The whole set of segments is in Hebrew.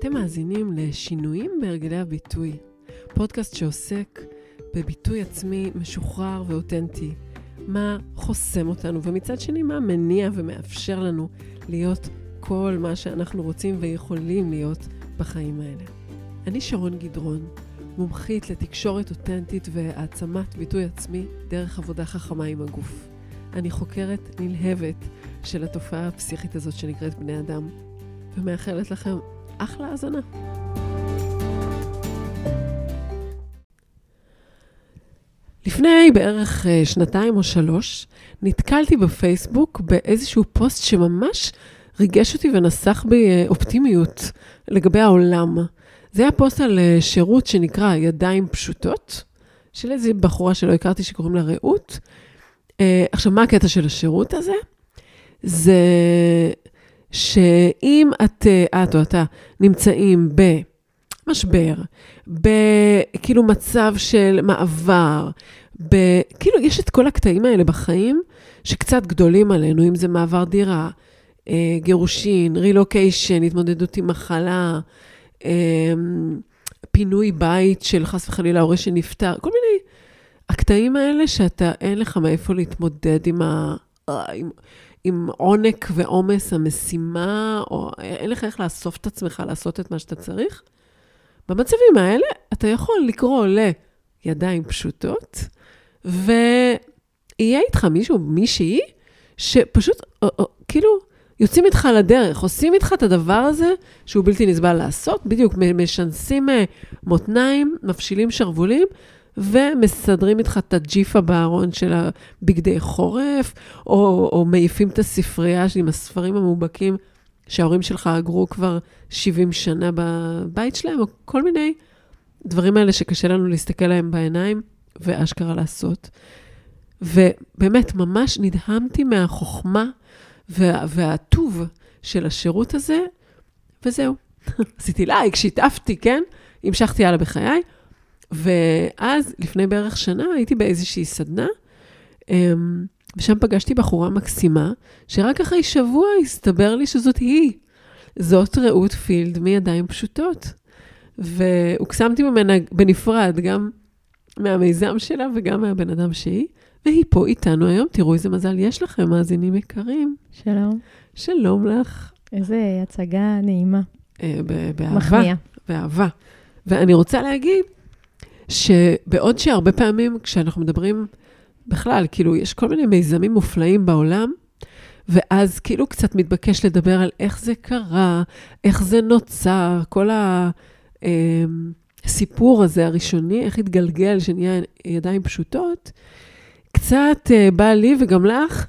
אתם מאזינים לשינויים בהרגלי הביטוי, פודקאסט שעוסק בביטוי עצמי משוחרר ואותנטי, מה חוסם אותנו, ומצד שני מה מניע ומאפשר לנו להיות כל מה שאנחנו רוצים ויכולים להיות בחיים האלה. אני שרון גדרון, מומחית לתקשורת אותנטית והעצמת ביטוי עצמי דרך עבודה חכמה עם הגוף. אני חוקרת נלהבת של התופעה הפסיכית הזאת שנקראת בני אדם, ומאחלת לכם אחלה האזנה. לפני בערך 2 או 3, נתקלתי בפייסבוק באיזשהו פוסט שממש ריגש אותי ונסח בי אופטימיות לגבי העולם. זה היה פוסט על שירות שנקרא ידיים פשוטות, של איזו בחורה שלא הכרתי שקוראים לה רעות. עכשיו, מה הקטע של השירות הזה? זה שאם את או אתה נמצאים במשבר, בכאילו מצב של מעבר, כאילו יש את כל הקטעים האלה בחיים שקצת גדולים עלינו, אם זה מעבר דירה, גירושין, רילוקיישן, התמודדות עם מחלה, פינוי בית של חס וחלילה הורה שנפטר, כל מיני הקטעים האלה שאתה אין לך מאיפה להתמודד עם עונק ועומס המשימה, או אין לך איך לאסוף את עצמך, לעשות את מה שאתה צריך. במצבים האלה אתה יכול לקרוא לידיים פשוטות, ויהיה איתך מישהו, מישהי, שפשוט כאילו יוצאים איתך לדרך, עושים איתך את הדבר הזה, שהוא בלתי נסבל לעשות, בדיוק משנסים מותניים, מפשילים שרבולים, ומסדרים איתך את הג'יפה בארון של הבגדי חורף, או מעיפים את הספרייה עם הספרים המובהקים, שההורים שלך אגרו כבר 70 שנה בבית שלהם, או כל מיני דברים האלה שקשה לנו להסתכל להם בעיניים, ואשכרה לעשות. ובאמת, ממש נדהמתי מהחוכמה, והטוב של השירות הזה, וזהו. עשיתי לייק, שיתפתי, כן? המשכתי הלאה בחיי, ואז לפני בערך שנה הייתי באיזושהי סדנה, ושם פגשתי בחורה מקסימה, שרק אחרי שבוע הסתבר לי שזאת היא. זאת רעות פילד מידיים פשוטות. והוקסמתי ממנה בנפרד, גם מהמיזם שלה וגם מהבן אדם שהיא, והיא פה איתנו היום. תראו איזה מזל יש לכם, מאזינים יקרים. שלום. שלום לך. איזה הצגה נעימה. באהבה. מחמיאה. באהבה. ואני רוצה להגיד, שבעוד שהרבה פעמים כשאנחנו מדברים בכלל, כאילו יש כל מיני מיזמים מופלאים בעולם, ואז כאילו קצת מתבקש לדבר על איך זה קרה, איך זה נוצר, כל הסיפור הזה הראשוני, איך התגלגל שנהיה ידיים פשוטות, קצת בא לי וגם לך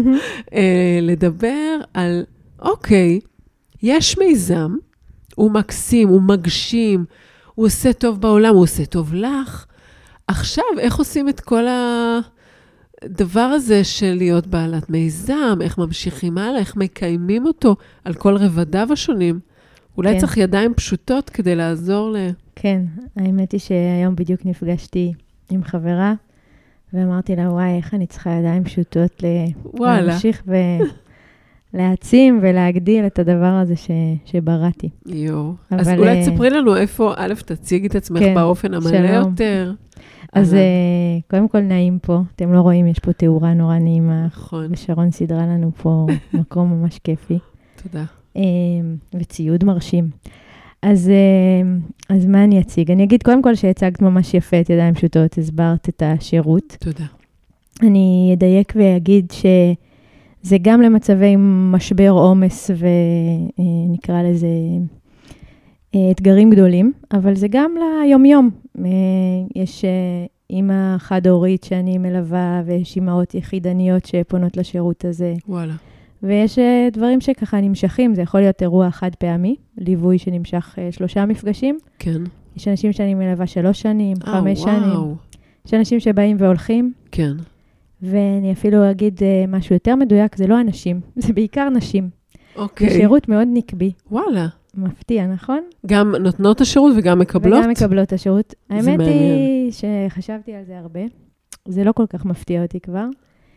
לדבר על, אוקיי, יש מיזם, הוא מקסים, הוא מגשים, הוא עושה טוב בעולם, הוא עושה טוב לך. עכשיו, איך עושים את כל הדבר הזה של להיות בעלת מיזם, איך ממשיכים הלאה, איך מקיימים אותו על כל רבדיו השונים. אולי כן. צריך ידיים פשוטות כדי לעזור כן, האמת היא שהיום בדיוק נפגשתי עם חברה, ואמרתי לה, וואי, איך אני צריכה ידיים פשוטות להמשיך להעצים ולהגדיל את הדבר הזה שבראתי. יו. אז אולי תספרי לנו איפה, א', תציגי את עצמך כן, באופן המלא שלום. יותר. אז קודם כל נעים פה, אתם לא רואים, יש פה תאורה נורא נעימה. נכון. ושרון סדרה לנו פה מקום ממש כיפי. תודה. וציוד מרשים. אז מה אני אציג? אני אגיד קודם כל שהצגת ממש יפה את ידיים פשוטות, הסברת את השירות. תודה. אני אדייק ואגיד שזה גם למצבי משבר עומס ונקרא לזה אתגרים גדולים, אבל זה גם ליום-יום. יש אימא חד-הורית שאני מלווה, ויש אימהות יחידניות שפונות לשירות הזה. וואלה. ויש דברים שככה נמשכים, זה יכול להיות אירוע חד פעמי, ליווי שנמשך 3 מפגשים. כן. יש אנשים שאני מלווה 3 שנים, 5 שנים. וואו. יש אנשים שבאים והולכים. כן. ואני אפילו אגיד משהו יותר מדויק, זה לא אנשים, זה בעיקר נשים. אוקיי. זה שירות מאוד נקבי. וואלה. מפתיע, נכון? גם נותנות השירות וגם מקבלות? וגם מקבלות השירות. האמת מעניין. היא שחשבתי על זה הרבה. זה לא כל כך מפתיע אותי כבר.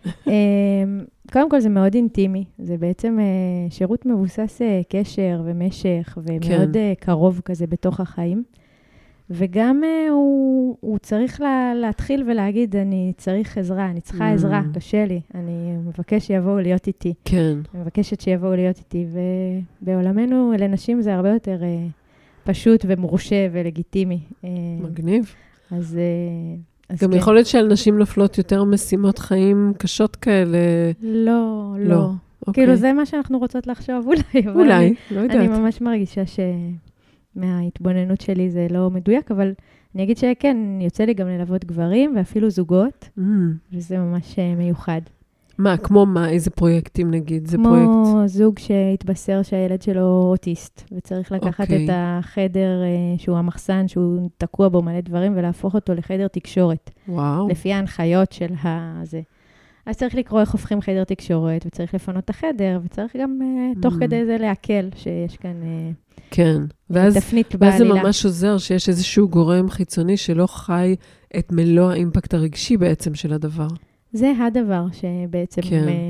קודם כל זה מאוד אינטימי, זה בעצם שירות מבוסס קשר ומשך, ומאוד קרוב כזה בתוך החיים. וגם הוא צריך להתחיל ולהגיד, אני צריך עזרה, אני צריכה עזרה, קשה לי, אני מבקש שיבואו להיות איתי. כן. אני מבקשת שיבואו להיות איתי, ובעולמנו לנשים זה הרבה יותר פשוט ומורשה ולגיטימי. מגניב. אז גם כן. יכול להיות שעל נשים נופלות יותר משימות חיים קשות כאלה. לא. אוקיי. כאילו זה מה שאנחנו רוצות לחשוב, אולי. אולי, לא יודעת. אני ממש מרגישה מההתבוננות שלי זה לא מדויק, אבל אני אגיד שכן, יוצא לי גם ללוות גברים, ואפילו זוגות, וזה ממש מיוחד. מה, כמו מה? איזה פרויקטים נגיד? זה כמו פרויקט? זוג שהתבשר שהילד שלו אוטיסט, וצריך לקחת את החדר שהוא המחסן, שהוא תקוע בו מלא דברים, ולהפוך אותו לחדר תקשורת. וואו. לפי ההנחיות של הזה. אז צריך לקרוא איך הופכים חדר תקשורת, וצריך לפנות את החדר, וצריך גם תוך כדי זה להקל, שיש כאן כן. תפנית בעלילה. ואז זה ממש עוזר שיש איזשהו גורם חיצוני שלא חי את מלוא האימפקט הרגשי בעצם של הדבר. זה הדבר שבעצם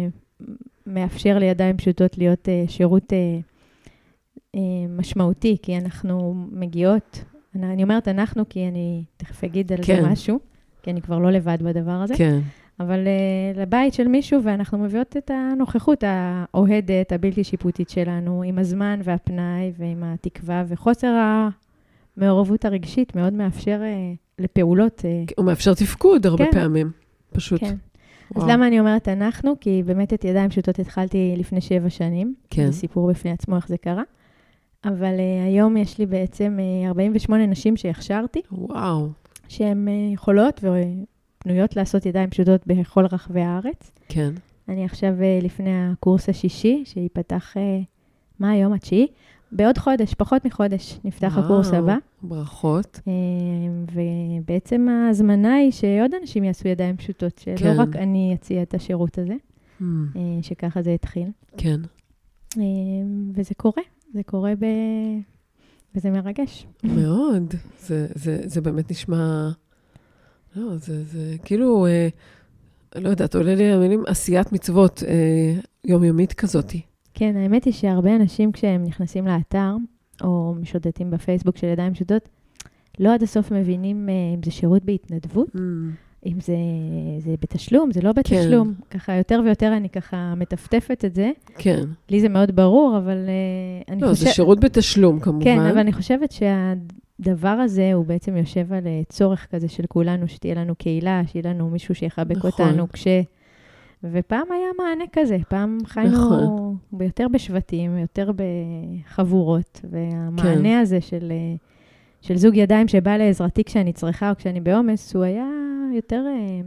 מאפשר לידיים פשוטות להיות שירות משמעותי, כי אנחנו מגיעות, אני אומרת אנחנו, כי אני תכף אגיד על זה משהו, כי אני כבר לא לבד בדבר הזה. כן. אבל לבית של מישהו, ואנחנו מביאות את הנוכחות האוהדת, הבלתי שיפוטית שלנו, עם הזמן והפנאי ועם התקווה, וחוסר המעורבות הרגשית מאוד מאפשר לפעולות. הוא מאפשר תפקוד הרבה פעמים, פשוט. כן. אז למה אני אומרת אנחנו? כי באמת את ידיים פשוטות התחלתי לפני 7 שנים. כן. זה סיפור בפני עצמו איך זה קרה. אבל היום יש לי בעצם 48 נשים שהכשרתי. וואו. שהן יכולות פנויות לעשות ידיים פשוטות בכל רחבי הארץ. כן. אני עכשיו לפני הקורס השישי, שיפתח, מה היום? 9? בעוד חודש, פחות מחודש, נפתח הקורס הבא. ברכות. ובעצם ההזמנה היא שעוד אנשים יעשו ידיים פשוטות, שלא רק אני אציע את השירות הזה, שככה זה התחיל. כן. וזה קורה, זה קורה וזה מרגש. מאוד. זה באמת נשמע... לא, זה כאילו, לא יודעת, עולה לי המילים, עשיית מצוות יומיומית כזאת. כן, האמת היא שהרבה אנשים כשהם נכנסים לאתר, או משוטטים בפייסבוק של ידיים פשוטות, לא עד הסוף מבינים אם זה שירות בהתנדבות, אם זה בתשלום, זה לא בתשלום. ככה יותר ויותר אני ככה מטפטפת את זה. כן. לי זה מאוד ברור, אבל אני חושבת... לא, זה שירות בתשלום כמובן. כן, אבל אני חושבת הדבר הזה הוא בעצם יושב על צורך כזה של כולנו, שתהיה לנו קהילה, שיהיה לנו מישהו שיחבק אותנו ופעם היה מענה כזה, פעם חיינו יותר בשבטים, יותר בחבורות, והמענה הזה של זוג ידיים שבא לעזרתי כשאני צריכה או כשאני בעומס, הוא היה יותר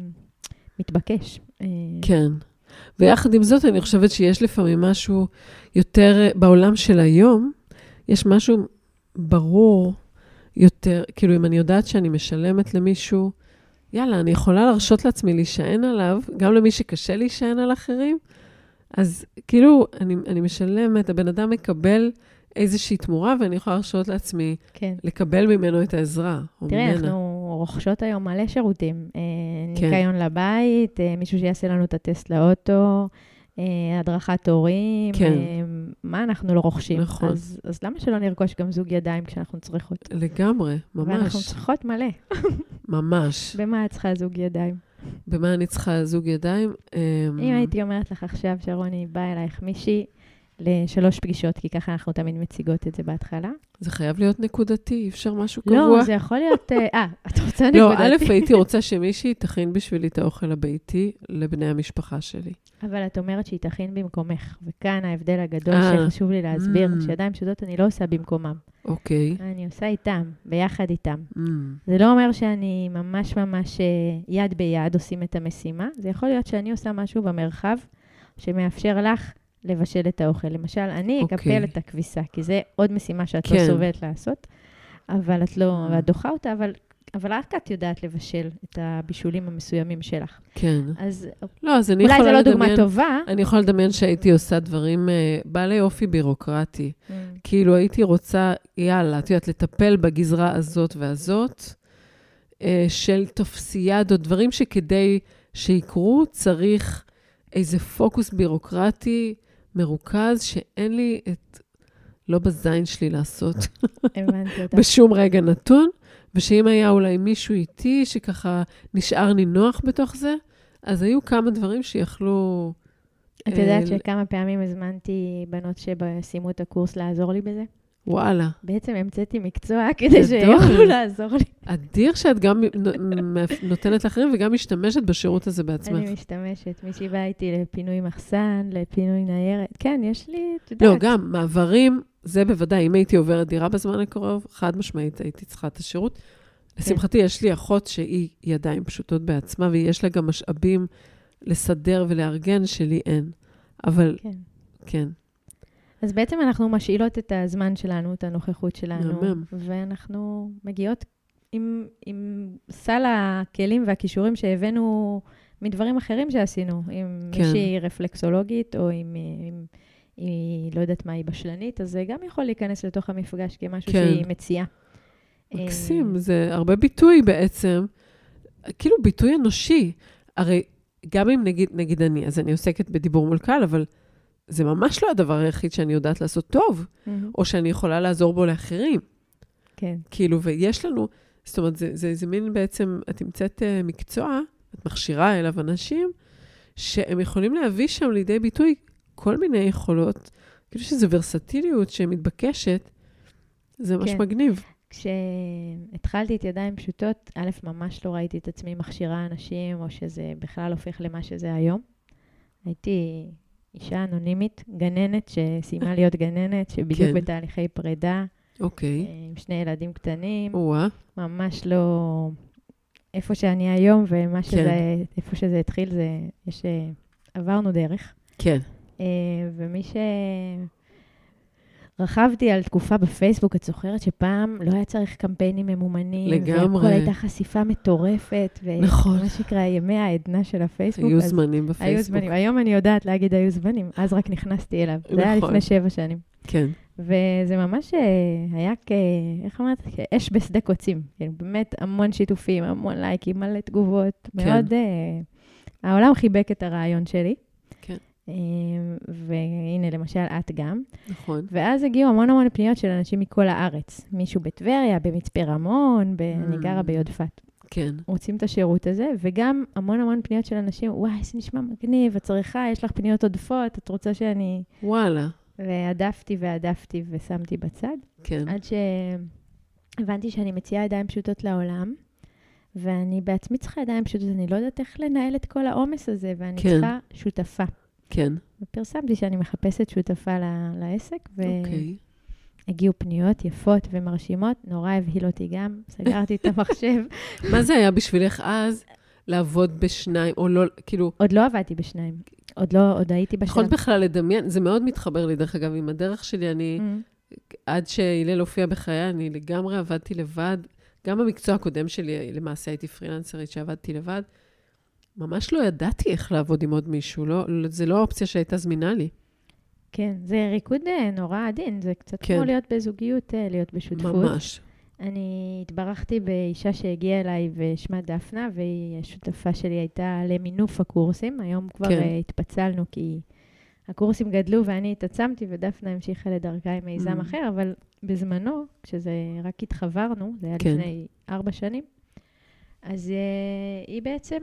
מתבקש. כן. ויחד עם זאת, אני חושבת שיש לפעמים משהו יותר, בעולם של היום, יש משהו ברור, יותר, כאילו אם אני יודעת שאני משלמת למישהו, יאללה, אני יכולה להרשות לעצמי להישען עליו, גם למי שקשה להישען על אחרים, אז כאילו אני משלמת, הבן אדם מקבל איזושהי תמורה, ואני יכולה להרשות לעצמי לקבל ממנו את העזרה. תראה, אנחנו רוכשות היום מלא שירותים, ניקיון לבית, מישהו שיעשה לנו את הטסט לאוטו, הדרכת הורים, מה אנחנו לא רוכשים. נכון. אז למה שלא נרכוש גם זוג ידיים כשאנחנו צריכות? לגמרי, ממש. ואנחנו צריכות מלא. ממש. במה את צריכה זוג ידיים? במה אני צריכה זוג ידיים? אם הייתי אומרת לך עכשיו, שרוני, באה אלייך מישהי ל3 פגישות, כי ככה אנחנו תמיד מציגות את זה בהתחלה. זה חייב להיות נקודתי, אי אפשר משהו קבוע. לא, זה יכול להיות... את רוצה נקודתי? לא, א', הייתי רוצה שמישהי תכין בשבילי את האוכל הביתי לבני המשפחה שלי. אבל את אומרת שהיא תכין במקומך, וכאן ההבדל הגדול שחשוב לי להסביר, שידיים פשוטות אני לא עושה במקומם. אוקיי. אני עושה איתם, ביחד איתם. זה לא אומר שאני ממש ממש יד ביד עושים את המשימה, זה יכול להיות שאני עושה משהו במרחב שמאפשר לך לבשל את האוכל. למשל, אני אקפל את הכביסה, כי זה עוד משימה שאת לא סובלת לעשות, אבל את לא, ואת דוחה אותה, אבל רק את יודעת לבשל את הבישולים המסוימים שלך. כן. אז לא, אז אני אולי זה לא דוגמה טובה. אני יכולה לדמיין שהייתי עושה דברים בעלי אופי בירוקרטי. כאילו הייתי רוצה, יאללה, את יודעת, לטפל בגזרה הזאת והזאת, של תופסיאד או דברים שכדי שיקרו צריך איזה פוקוס בירוקרטי מרוכז, שאין לי לא בזין שלי לעשות. הבנתי אותה. בשום רגע נתון, ושאם היה אולי מישהו איתי, שככה נשאר נינוח בתוך זה, אז היו כמה דברים שיכלו... את יודעת שכמה פעמים הזמנתי בנות שסיימו את הקורס לעזור לי בזה? וואלה. בעצם המצאתי מקצוע כדי שיוכלו לעזור לי. אדיר שאת גם נותנת לאחרים וגם משתמשת בשירות הזה בעצמך. אני משתמשת. מישהי באה איתי לפינוי מחסן, לפינוי ניירת. כן, יש לי, את יודעת. לא, גם מעברים, זה בוודאי. אם הייתי עוברת דירה בזמן הקרוב, חד משמעית הייתי צריכה את השירות. לשמחתי, יש לי אחות שהיא ידיים פשוטות בעצמה, ויש לה גם משאבים לסדר ולארגן שלי אין. אבל, כן. אז בעצם אנחנו משאילות את הזמן שלנו, את הנוכחות שלנו, ואנחנו מגיעות עם סל הכלים והכישורים שהבאנו מדברים אחרים שעשינו, עם מישהי רפלקסולוגית, או עם היא לא יודעת מה, היא בשלנית, אז זה גם יכול להיכנס לתוך המפגש כמשהו שהיא מציעה. מקסים, זה הרבה ביטוי בעצם, כאילו ביטוי אנושי. הרי גם אם נגיד אני, אז אני עוסקת בדיבור מול קהל, אבל זה ממש לא הדבר היחיד שאני יודעת לעשות טוב, או שאני יכולה לעזור בו לאחרים. כן. כאילו, ויש לנו, זאת אומרת, זה מין בעצם, את נמצאת מקצוע, את מכשירה אליו אנשים, שהם יכולים להביא שם לידי ביטוי כל מיני יכולות, כאילו שזו ורסטיליות שמתבקשת, זה ממש מגניב. כשהתחלתי את ידיים פשוטות, א', ממש לא ראיתי את עצמי מכשירה אנשים, או שזה בכלל הופך למה שזה היום. הייתי אישה אנונימית, גננת, שסיימה להיות גננת, שבדיוק בתהליכי פרידה. אוקיי. עם שני ילדים קטנים. ממש לא איפה שאני היום, איפה שזה התחיל, עברנו דרך. כן. ומי רכבתי על תקופה בפייסבוק, את זוכרת שפעם לא היה צריך קמפיינים ממומנים. לגמרי. והכל הייתה חשיפה מטורפת. נכון. ומה שקרה ימי העדנה של הפייסבוק. היו זמנים בפייסבוק. היו זמנים. היום אני יודעת להגיד היו זמנים, אז רק נכנסתי אליו. זה היה לפני 7 שנים. כן. וזה ממש היה איך אמרת? אש בשדה קוצים. באמת המון שיתופים, המון לייקים, מלא תגובות. מאוד, העולם חיבק את הרעיון שלי. כן. והנה, למשל, את גם. נכון. ואז הגיעו המון פניות של אנשים מכל הארץ. מישהו בטבריה, במצפה רמון, אני גרה ביודפת. כן. רוצים את השירות הזה, וגם המון פניות של אנשים, וואי, זה נשמע מגניב, את צריכה, יש לך פניות עודפות, את רוצה שאני... וואלה. והעדפתי ושמתי בצד. כן. עד שהבנתי שאני מציעה ידיים פשוטות לעולם, ואני בעצמי צריכה ידיים פשוטות, אני לא יודעת איך לנהל את כל העומס הזה, ואני צריכה שותפה. כן. ופרסמתי שאני מחפשת שותפה לעסק, והגיעו פניות יפות ומרשימות, נורא הבהיל אותי גם, סגרתי את המחשב. מה זה היה בשבילך אז לעבוד בשניים, או לא, כאילו... עוד לא עבדתי בשניים. עוד הייתי בשלב. יכולת בכלל לדמיין, זה מאוד מתחבר לי, דרך אגב, עם הדרך שלי, אני, עד שהילל הופיע בחיי, אני לגמרי עבדתי לבד, גם במקצוע הקודם שלי, למעשה הייתי פרילנסרית שעבדתי לבד, ממש לא ידעתי איך לעבוד עם עוד מישהו, זה לא האופציה שהייתה זמינה לי. כן, זה ריקוד נורא עדין, זה קצת כמו להיות בזוגיות, להיות בשותפות. ממש. אני התברכתי באישה שהגיעה אליי ושמה דפנה, והיא השותפה שלי הייתה למינוף הקורסים. היום כבר התפצלנו כי הקורסים גדלו ואני התעצמתי, ודפנה המשיכה לדרכה עם מיזם אחר, אבל בזמנו, כשזה רק התחברנו, זה היה לפני 4 שנים, אז היא בעצם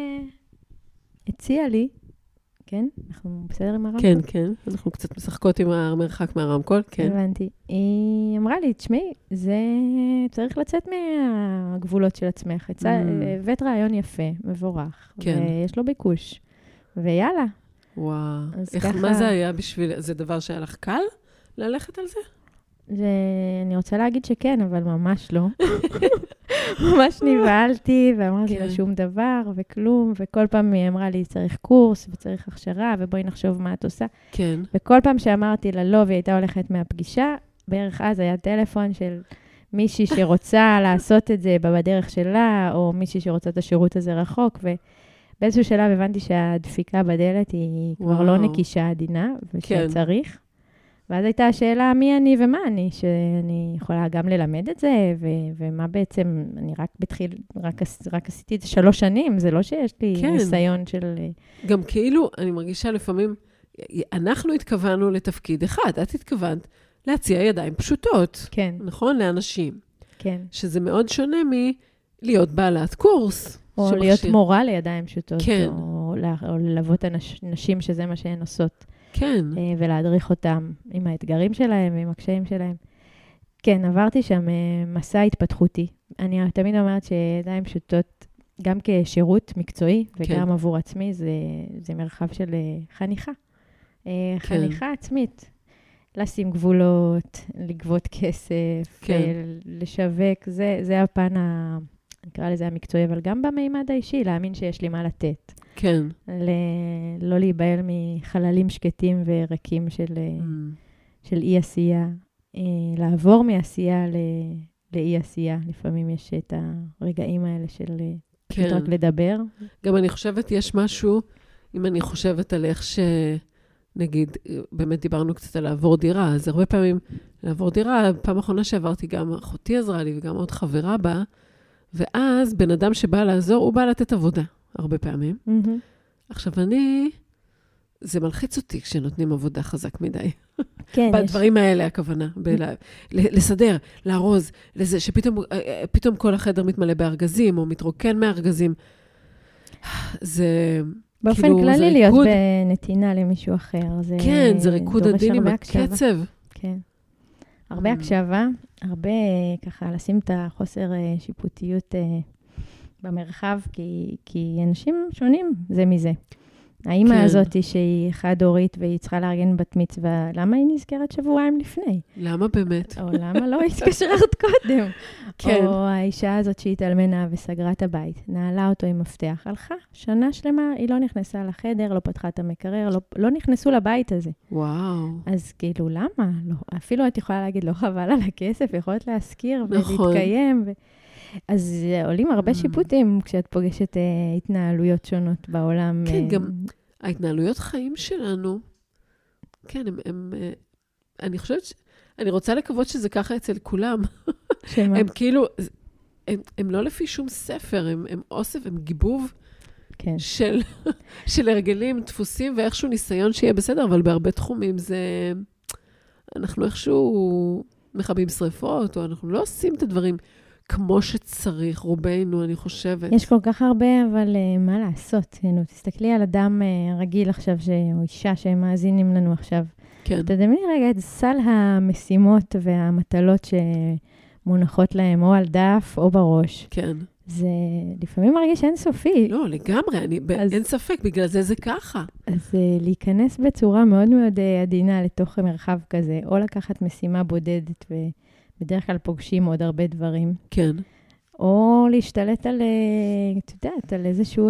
הציעה לי, כן? אנחנו בסדר עם הרמקול? כן, כן. אנחנו קצת משחקות עם המרחק מהרמקול, כן. הבנתי. היא אמרה לי, תשמעי, זה צריך לצאת מהגבולות של עצמך. הבאת רעיון יפה, מבורך, ויש לו ביקוש. ויאללה. וואו. מה זה היה בשביל, זה דבר שהיה לך קל ללכת על זה? אני רוצה להגיד שכן, אבל ממש לא. ממש נבהלתי, ואמרתי לה שום דבר, וכלום, וכל פעם היא אמרה לי, צריך קורס, וצריך הכשרה, ובואי נחשוב מה את עושה. כן. וכל פעם שאמרתי לה לא, והיא הייתה הולכת מהפגישה, בערך אז היה טלפון של מישהי שרוצה לעשות את זה בדרך שלה, או מישהי שרוצה את השירות הזה רחוק, ובאיזשהו שלב הבנתי שהדפיקה בדלת היא כבר לא נקישה עדינה, ושצריך. ואז הייתה השאלה מי אני ומה אני, שאני יכולה גם ללמד את זה, ומה בעצם, אני רק עשיתי את זה 3 שנים, זה לא שיש לי ניסיון של... גם כאילו, אני מרגישה לפעמים, אנחנו התכוונו לתפקיד אחד, את התכוונת להציע ידיים פשוטות. כן. נכון? לאנשים. כן. שזה מאוד שונה מלהיות בעלת קורס. או להיות מורה לידיים פשוטות. כן. או ללוות אנשים שזה מה שהן עושות. כן. ולהדריך אותם עם האתגרים שלהם ועם הקשיים שלהם. כן, עברתי שם מסע התפתחותי. אני תמיד אומרת שידיים פשוטות, גם כשירות מקצועי וגם עבור עצמי, זה מרחב של חניכה. חניכה עצמית. לשים גבולות, לגבות כסף, לשווק, זה הפן, נקרא לזה המקצועי, אבל גם במימד האישי, להאמין שיש לי מה לתת. כן. לא להיבהל מחללים שקטים ורקים של אי-עשייה, לעבור מעשייה לאי-עשייה. לפעמים יש את הרגעים האלה של פשוט רק לדבר. גם אני חושבת, יש משהו, אם אני חושבת על איך נגיד, באמת דיברנו קצת על לעבור דירה, אז הרבה פעמים לעבור דירה, פעם האחרונה שעברתי גם אחותי עזרה לי וגם עוד חברה בה, ואז בן אדם שבא לעזור, הוא בא לתת עבודה, הרבה פעמים. עכשיו זה מלחיץ אותי כשנותנים עבודה חזק מדי. כן, בדברים האלה הכוונה, לסדר, לארוז, לזה שפתאום כל החדר מתמלא בארגזים, או מתרוקן מארגזים. זה... באופן כללי להיות בנתינה למישהו אחר. כן, זה ריקוד הדין עם הקצב. כן. הרבה הקשבה, הרבה ככה לשים את החוסר שיפוטיות במרחב, כי אנשים שונים זה מזה. האמא הזאת שהיא חד-הורית והיא צריכה לארגן בת מצווה, למה היא נזכרת שבועיים לפני? למה באמת? או למה לא התקשרת קודם? כן. או האישה הזאת שהתאלמנה וסגרה את הבית, נעלה אותו עם מפתח, הלכה, שנה שלמה, היא לא נכנסה לחדר, לא פתחה את המקרר, לא נכנסו לבית הזה. וואו. אז כאילו, למה? לא, אפילו את יכולה להגיד, לא חבל על הכסף, יכולת להזכיר נכון. ולהתקיים. אז עולים הרבה שיפוטים כשאת פוגשת התנהלויות שונות בעולם. כן, גם ההתנהלויות חיים שלנו, כן, אני חושבת, אני רוצה לקוות שזה ככה אצל כולם. שמה? הם כאילו, הם לא לפי שום ספר, הם אוסף, הם גיבוב כן. של הרגלים, דפוסים, ואיכשהו ניסיון שיהיה בסדר, אבל בהרבה תחומים זה, אנחנו איכשהו מכבים שריפות, או אנחנו לא עושים את הדברים כמו שצריך, רובנו, אני חושבת. יש כל כך הרבה, אבל מה לעשות? תסתכלי על אדם רגיל עכשיו, או אישה שמאזינים לנו עכשיו. כן. תדמייני רגע את סל המשימות והמטלות שמונחות להם, או על דף או בראש. כן. זה לפעמים מרגיש אינסופי. לא, לגמרי, אין ספק, בגלל זה ככה. אז להיכנס בצורה מאוד מאוד עדינה לתוך מרחב כזה, או לקחת משימה בודדת בדרך כלל פוגשים עוד הרבה דברים. כן. או להשתלט על, את יודעת, על איזשהו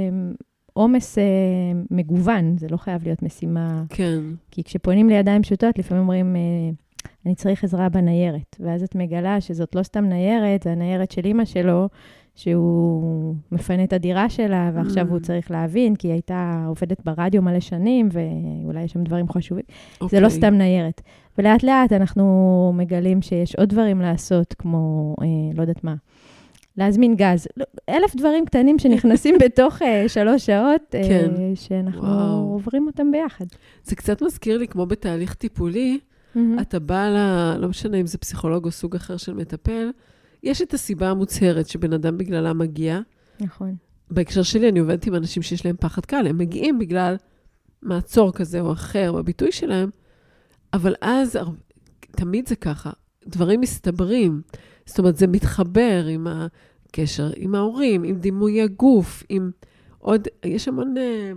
עומס מגוון. זה לא חייב להיות משימה. כן. כי כשפונים לידיים פשוטות, לפעמים אומרים, אני צריך עזרה בניירת. ואז את מגלה שזאת לא סתם ניירת, זה הניירת של אמא שלו, שהוא מפנה את הדירה שלה, ועכשיו הוא צריך להבין, כי היא הייתה עובדת ברדיו מלא שנים, ואולי יש שם דברים חשובים. זה לא סתם ניירת. ולאט לאט אנחנו מגלים שיש עוד דברים לעשות, כמו, לא יודעת מה, להזמין גז. 1,000 דברים קטנים שנכנסים בתוך 3 שעות, שאנחנו עוברים אותם ביחד. זה קצת מזכיר לי, כמו בתהליך טיפולי, אתה בא לא משנה אם זה פסיכולוג או סוג אחר של מטפל, יש את הסיבה המוצהרת שבן אדם בגללה מגיע. נכון. בהקשר שלי אני עובדת עם אנשים שיש להם פחד קל, הם מגיעים בגלל מעצור כזה או אחר בביטוי שלהם, אבל אז תמיד זה ככה, דברים מסתברים, זאת אומרת זה מתחבר עם הקשר, עם ההורים, עם דימוי הגוף, עם עוד, יש המון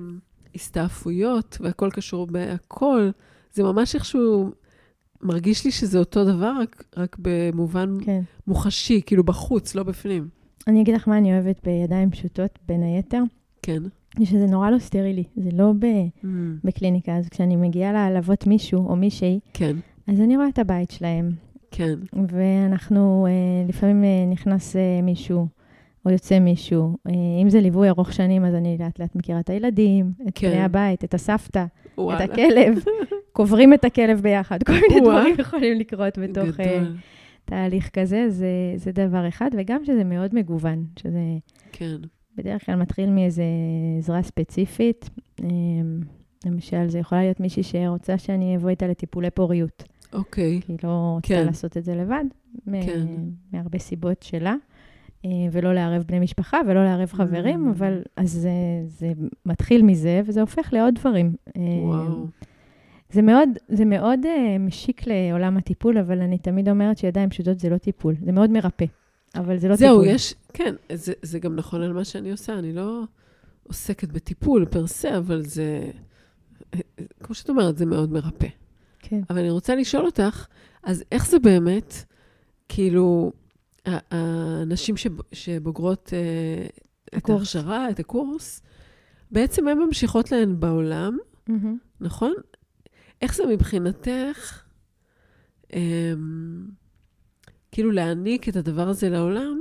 הסתעפויות והכל קשור בהכל, זה ממש איכשהו מרגיש לי שזה אותו דבר, רק במובן מוחשי, כאילו בחוץ, לא בפנים. אני אגיד לך מה אני אוהבת בידיים פשוטות, בין היתר. כן. שזה נורא לא סטרילי, זה לא בקליניקה. אז כשאני מגיעה להעלבות מישהו או מישהי, כן. אז אני רואה את הבית שלהם. כן. ואנחנו, לפעמים נכנס מישהו, או יוצא מישהו. אם זה ליווי ארוך שנים, אז אני לאט לאט מכירה את הילדים, את בני הבית, את הסבתא, את הכלב. קוברים את הכלב ביחד. כל מיני דברים יכולים לקרות בתוך תהליך כזה, זה דבר אחד, וגם שזה מאוד מגוון, שזה בדרך כלל מתחיל מאיזו עזרה ספציפית. למשל, זה יכולה להיות מישהי שרוצה שאני אבוא איתה לטיפולי פוריות. אוקיי. כי היא לא רוצה לעשות את זה לבד, מהרבה סיבות שלה, ולא לערב בני משפחה, ולא לערב חברים, אבל אז זה מתחיל מזה, וזה הופך לעוד דברים. וואו. זה מאוד משיק לעולם הטיפול, אבל אני תמיד אומרת שידיים פשוטות זה לא טיפול. זה מאוד מרפא, אבל זה לא טיפול. כן, זה גם נכון על מה שאני עושה. אני לא עוסקת בטיפול פרסה, אבל זה, כמו שאת אומרת, זה מאוד מרפא. כן. אבל אני רוצה לשאול אותך, אז איך זה באמת, כאילו, האנשים שבוגרות את ההכשרה, את הקורס, בעצם הן ממשיכות להן בעולם, נכון? איך זה מבחינתך, כאילו להעניק את הדבר הזה לעולם,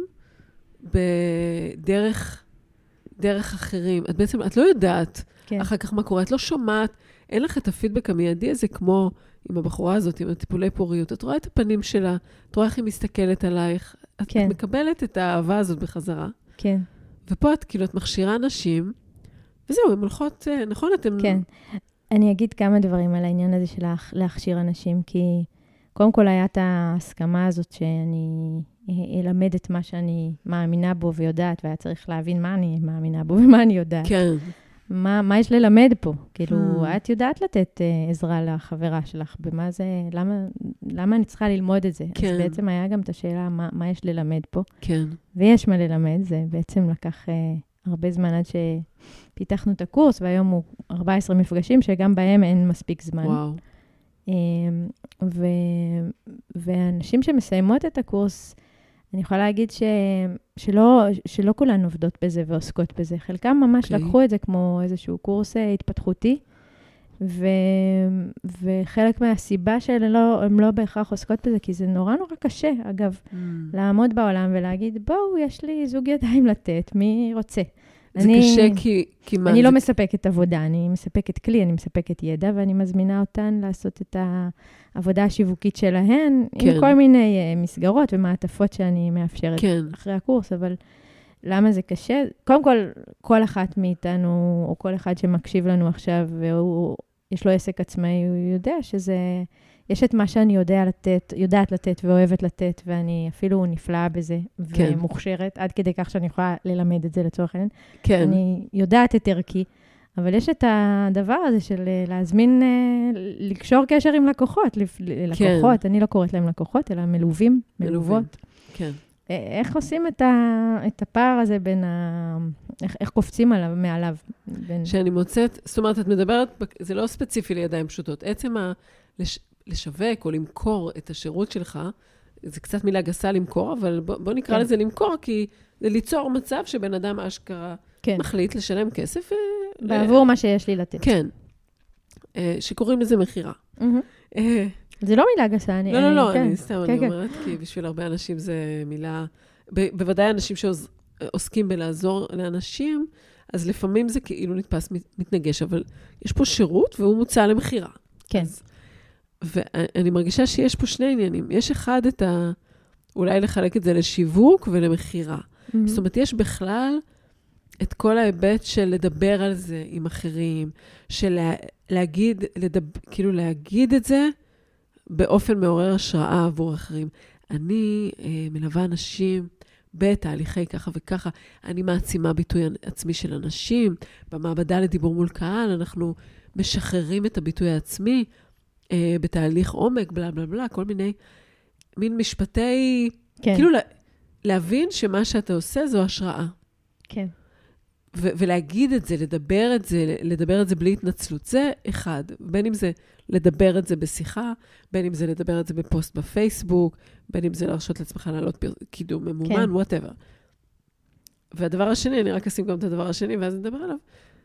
דרך אחרים. את בעצם, את לא יודעת אחר כך מה קורה, את לא שומעת, אין לך את הפידבק המיידי הזה, כמו עם הבחורה הזאת, עם הטיפולי פוריות. את רואה את הפנים שלה, את רואה איך היא מסתכלת עלייך, את מקבלת את האהבה הזאת בחזרה. כן. ופה את כאילו, את מכשירה אנשים, וזהו, הן הולכות, נכון? כן. אני אגיד כמה דברים על העניין הזה של להכשיר אנשים, כי קודם כל היה את ההסכמה הזאת שאני אלמד את מה שאני מאמינה בו ויודעת, והיה צריך להבין מה אני מאמינה בו ומה אני יודעת. כן. מה יש ללמד פה? כאילו, את יודעת לתת עזרה לחברה שלך, במה זה, למה אני צריכה ללמוד את זה? כן. אז בעצם היה גם את השאלה, מה יש ללמד פה? כן. ויש מה ללמד, זה בעצם לקח הרבה זמן עד שפיתחנו את הקורס, והיום הוא 14 מפגשים, שגם בהם אין מספיק זמן. וואו. ואנשים שמסיימות את הקורס, אני יכולה להגיד שלא כולן עובדות בזה ועוסקות בזה. חלקם ממש לקחו את זה כמו איזשהו קורס התפתחותי, וחלק מהסיבה שהן לא בהכרח עוסקות בזה, כי זה נורא נורא קשה, אגב, לעמוד בעולם ולהגיד, בואו, יש לי זוג ידיים לתת, מי רוצה? זה קשה כי מה? אני לא מספקת עבודה, אני מספקת כלי, אני מספקת ידע, ואני מזמינה אותן לעשות את העבודה השיווקית שלהן, עם כל מיני מסגרות ומעטפות שאני מאפשרת אחרי הקורס, אבל למה זה קשה? קודם כל, כל אחת מאיתנו, או כל אחד שמקשיב לנו עכשיו, ויש לו עסק עצמאי, הוא יודע יש את מה שאני יודעת לתת ואוהבת לתת, ואני אפילו נפלאה בזה, ומוכשרת, עד כדי כך שאני יכולה ללמד את זה לצורך העניין. אני יודעת את ערכי, אבל יש את הדבר הזה של להזמין, לקשור קשר עם לקוחות, אני לא קוראת להם לקוחות, אלא מלוות. כן. איך עושים את הפער הזה בין איך קופצים מעליו? שאני מוצאת, זאת אומרת, את מדברת, זה לא ספציפי לידיים פשוטות, עצם לשווק או למכור את השירות שלך, זה קצת מילה גסה למכור, אבל בוא נקרא לזה למכור, כי זה ליצור מצב שבן אדם אשכרה מחליט לשלם כסף. בעבור מה שיש לי לתת. כן. שקוראים לזה מחירה. זה לא מילה גסה. לא, אני סתם, אני אומרת, כי בשביל הרבה אנשים זה מילה, בוודאי אנשים שעוסקים בלעזור לאנשים, אז לפעמים זה כאילו נתפס מתנגש, אבל יש פה שירות והוא מוצא למחירה. כן. ואני מרגישה שיש פה שני עניינים. יש אחד אולי לחלק את זה לשיווק ולמחירה. זאת אומרת, יש בכלל את כל ההיבט של לדבר על זה עם אחרים, של להגיד את זה באופן מעורר השראה עבור אחרים. אני מלווה אנשים בתהליכי ככה וככה, אני מעצימה ביטוי עצמי של אנשים, במעבדה לדיבור מול קהל, אנחנו משחררים את הביטוי העצמי, בתהליך עומק, בלה בלה בלה, כל מיני מין משפטי, כאילו להבין שמה שאתה עושה זו השראה. כן. ולהגיד את זה, לדבר את זה בלי התנצלות, זה אחד. בין אם זה לדבר את זה בשיחה, בין אם זה לדבר את זה בפוסט בפייסבוק, בין אם זה להרשות לעצמך לעלות קידום ממומן, whatever. והדבר השני, אני רק אשים גם את הדבר השני, ואז נדבר עליו,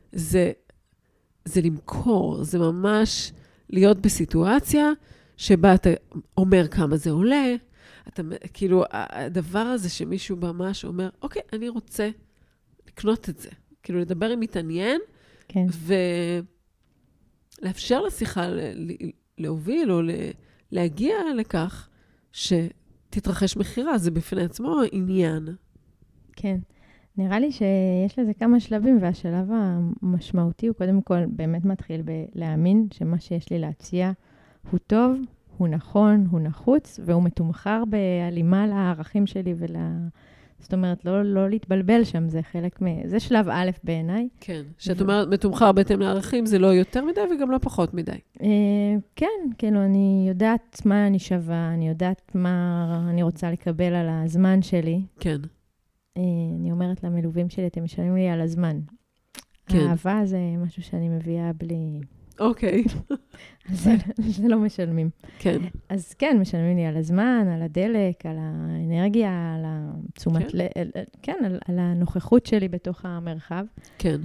זה למכור, זה ממש להיות בסיטואציה שבה אתה אומר כמה זה עולה, אתה, כאילו, הדבר הזה שמישהו ממש אומר, אוקיי, אני רוצה לקנות את זה. כאילו, לדבר עם מתעניין, כן. לאפשר לשיחה להוביל או להגיע לכך שתתרחש מחירה, זה בפני עצמו עניין. כן. נראה לי שיש לזה כמה שלבים, והשלב המשמעותי הוא קודם כל באמת מתחיל בלהאמין שמה שיש לי להציע הוא טוב, הוא נכון, הוא נחוץ, והוא מתומחר בהלימה לערכים שלי זאת אומרת, לא להתבלבל שם, זה חלק זה שלב א' בעיניי. כן, שאת אומרת, מתומחר בהתאם לערכים, זה לא יותר מדי וגם לא פחות מדי. כן, כאילו, אני יודעת מה אני שווה, אני יודעת מה אני רוצה לקבל על הזמן שלי. כן. אני אומרת למלווים שלי, אתם משלמים לי על הזמן. כן. האהבה זה משהו שאני מביאה בלי... אוקיי. זה לא משלמים. כן. אז כן, משלמים לי על הזמן, על הדלק, על האנרגיה, על התשומת, כן, על הנוכחות שלי בתוך המרחב. כן.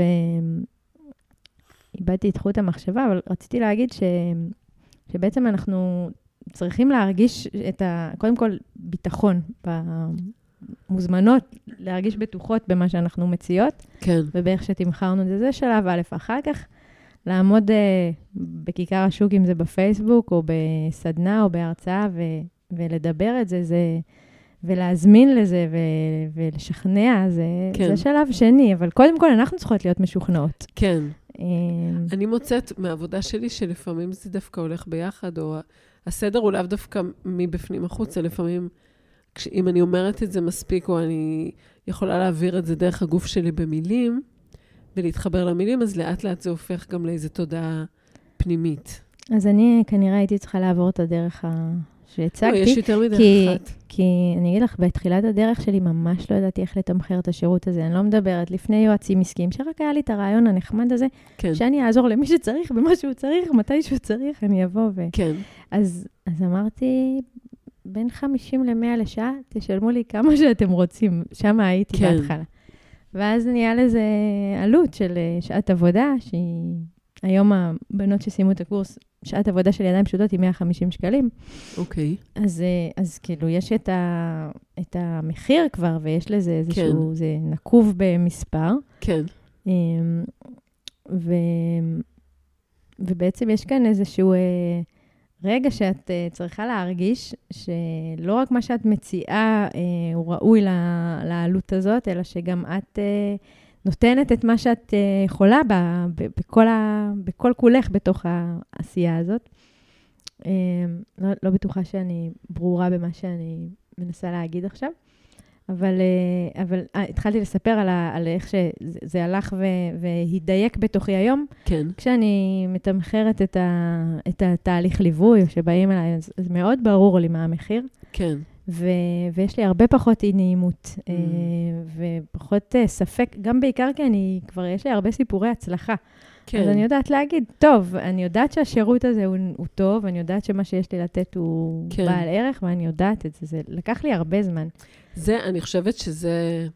ואיבדתי את חוט המחשבה, אבל רציתי להגיד שבעצם אנחנו צריכים להרגיש קודם כל ביטחון, מוזמנות להרגיש בטוחות במה שאנחנו מציעות. כן. ובאיך שתמחרנו את זה שלב א', אחר כך לעמוד בכיכר השוק, אם זה בפייסבוק, או בסדנה, או בהרצאה, ולדבר את זה, ולהזמין לזה, ולשכנע, זה שלב שני, אבל קודם כל אנחנו צריכות להיות משוכנעות. כן. אני מוצאת מהעבודה שלי, שלפעמים זה דווקא הולך ביחד, או הסדר הוא לאו דווקא מבפנים החוצה, לפעמים, אם אני אומרת את זה מספיק, או אני יכולה להעביר את זה דרך הגוף שלי במילים, ולהתחבר למילים, אז לאט לאט זה הופך גם לאיזו תודעה פנימית. אז אני כנראה הייתי צריכה לעבור את הדרך שהצגתי. יש יותר מדרך אחת. כי אני אגיד לך, בתחילת הדרך שלי ממש לא ידעתי איך לתמחר את השירות הזה. אני לא מדברת לפני יועצים עסקיים, שרק היה לי את הרעיון הנחמד הזה, כן. שאני אעזור למי שצריך, במה שהוא צריך, מתי שהוא צריך, אני אבוא כן. אז אמרתי, בין 50 ל-100 לשעה, תשלמו לי כמה שאתם רוצים. שם הייתי כן. בהתחלה. ואז נהיה לזה עלות של שעת עבודה, שהיא היום הבנות שסיימו את הקורס, שעת עבודה של ידיים פשוטות היא 150 שקלים. אוקיי. אז כאילו יש את המחיר כבר, ויש לזה איזשהו, כן. זה נקוב במספר. כן. ובעצם יש כאן איזשהו רגע שאת צריכה להרגיש שלא רק מה שאת מציעה הוא ראוי לעלות הזאת, אלא שגם את נותנת את מה שאת יכולה בכל כולך בתוך העשייה הזאת. לא בטוחה שאני ברורה במה שאני מנסה להגיד עכשיו, אבל התחלתי לספר על איך שזה הלך והתדייק בתוכי היום. כן. כשאני מתמחרת את התהליך ליווי, או שבאים אליי, אז מאוד ברור לי מה המחיר. כן. ויש לי הרבה פחות אי נעימות, ופחות ספק, גם בעיקר כי כבר יש לי הרבה סיפורי הצלחה. כן. אז אני יודעת להגיד, טוב, אני יודעת שהשירות הזה הוא טוב, אני יודעת שמה שיש לי לתת הוא כן. בעל ערך, ואני יודעת את זה. זה לקח לי הרבה זמן. אני חושבת שזה...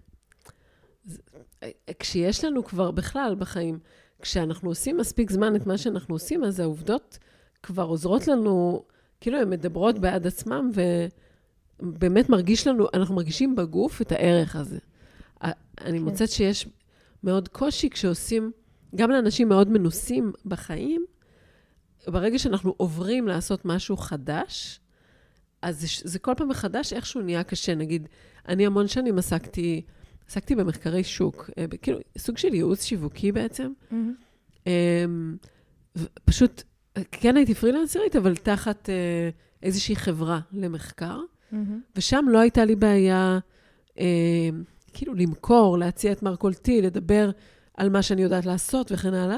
כשיש לנו כבר בכלל בחיים, כשאנחנו עושים מספיק זמן את מה שאנחנו עושים, אז העובדות כבר עוזרות לנו, כאילו הן מדברות בעד עצמם, ובאמת אנחנו מרגישים בגוף את הערך הזה. אני מוצאת שיש מאוד קושי כשעושים, גם לאנשים מאוד מנוסים בחיים, ברגע שאנחנו עוברים לעשות משהו חדש, אז זה כל פעם מחדש איכשהו נהיה קשה. נגיד, אני המון שנים עסקתי במחקרי שוק, כאילו, סוג של ייעוץ שיווקי בעצם. פשוט, כן הייתי פרילנסרית, אבל תחת איזושהי חברה למחקר, ושם לא הייתה לי בעיה, כאילו, למכור, להציע את מרכולתי, לדבר על מה שאני יודעת לעשות וכן הלאה.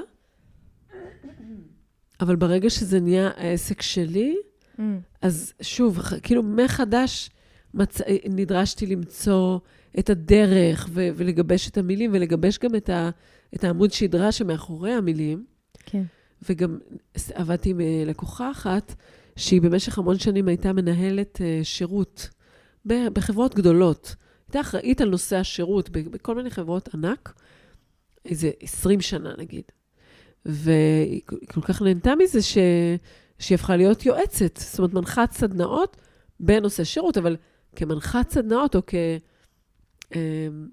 אבל ברגע שזה נהיה העסק שלי, אז שוב, כאילו מחדש נדרשתי למצוא את הדרך ולגבש את המילים, ולגבש גם את העמוד שדרה שמאחורי המילים. כן. וגם עבדתי עם לקוחה אחת, שהיא במשך המון שנים הייתה מנהלת שירות בחברות גדולות. הייתה אחראית על נושא השירות בכל מיני חברות ענק, איזה 20 שנה נגיד. והיא כל כך נהנתה מזה שהיא הפכה להיות יועצת, זאת אומרת, מנחת סדנאות בנושא שירות, אבל כמנחת סדנאות או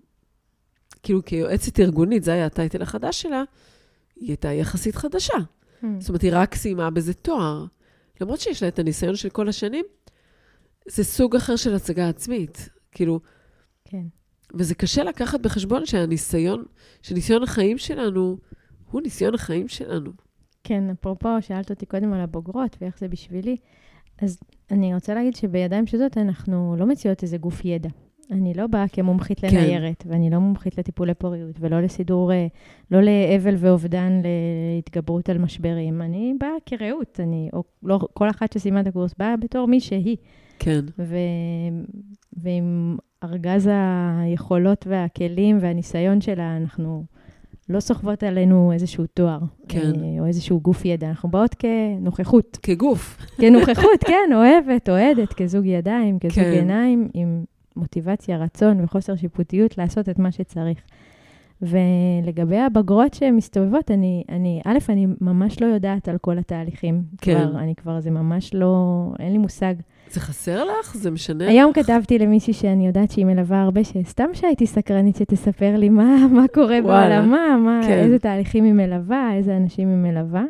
כאילו כיועצת ארגונית, זה היה הטייטל החדש שלה, היא הייתה יחסית חדשה. זאת אומרת, היא רק סיימה בזה תואר. למרות שיש לה את הניסיון של כל השנים, זה סוג אחר של הצגה עצמית. כאילו, כן. וזה קשה לקחת בחשבון שניסיון החיים שלנו, הוא ניסיון החיים שלנו. כן, אפרופו, שאלת אותי קודם על הבוגרות, ואיך זה בשבילי. אז אני רוצה להגיד שבידיים פשוטות אנחנו לא מציעות איזה גוף ידע. אני לא באה כמומחית לניירת, ואני לא מומחית לטיפולי פוריות, ולא לסידור, לא לאבל ואובדן להתגברות על משברים. אני באה כראות, או לא, כל אחת שסיימה את הקורס באה בתור מי שהיא. כן. ועם ארגז היכולות והכלים והניסיון שלה, אנחנו לא סוחבות עלינו איזשהו תואר, כן. או איזשהו גוף ידע. אנחנו באות כנוכחות. כגוף. כנוכחות, כן, אוהדת, כזוג ידיים, כזוג עיניים, עם מוטיבציה, רצון וחוסר שיפוטיות לעשות את מה שצריך. ולגבי הבגרות שמסתובבות, אני ממש לא יודעת על כל התהליכים. כן. זה ממש לא, אין לי מושג. זה חסר לך? זה משנה? היום כתבתי למישהי שאני יודעת שהיא מלווה הרבה, שסתם שהייתי סקרנית שתספר לי מה קורה בעולמה, איזה תהליכים היא מלווה, איזה אנשים היא מלווה.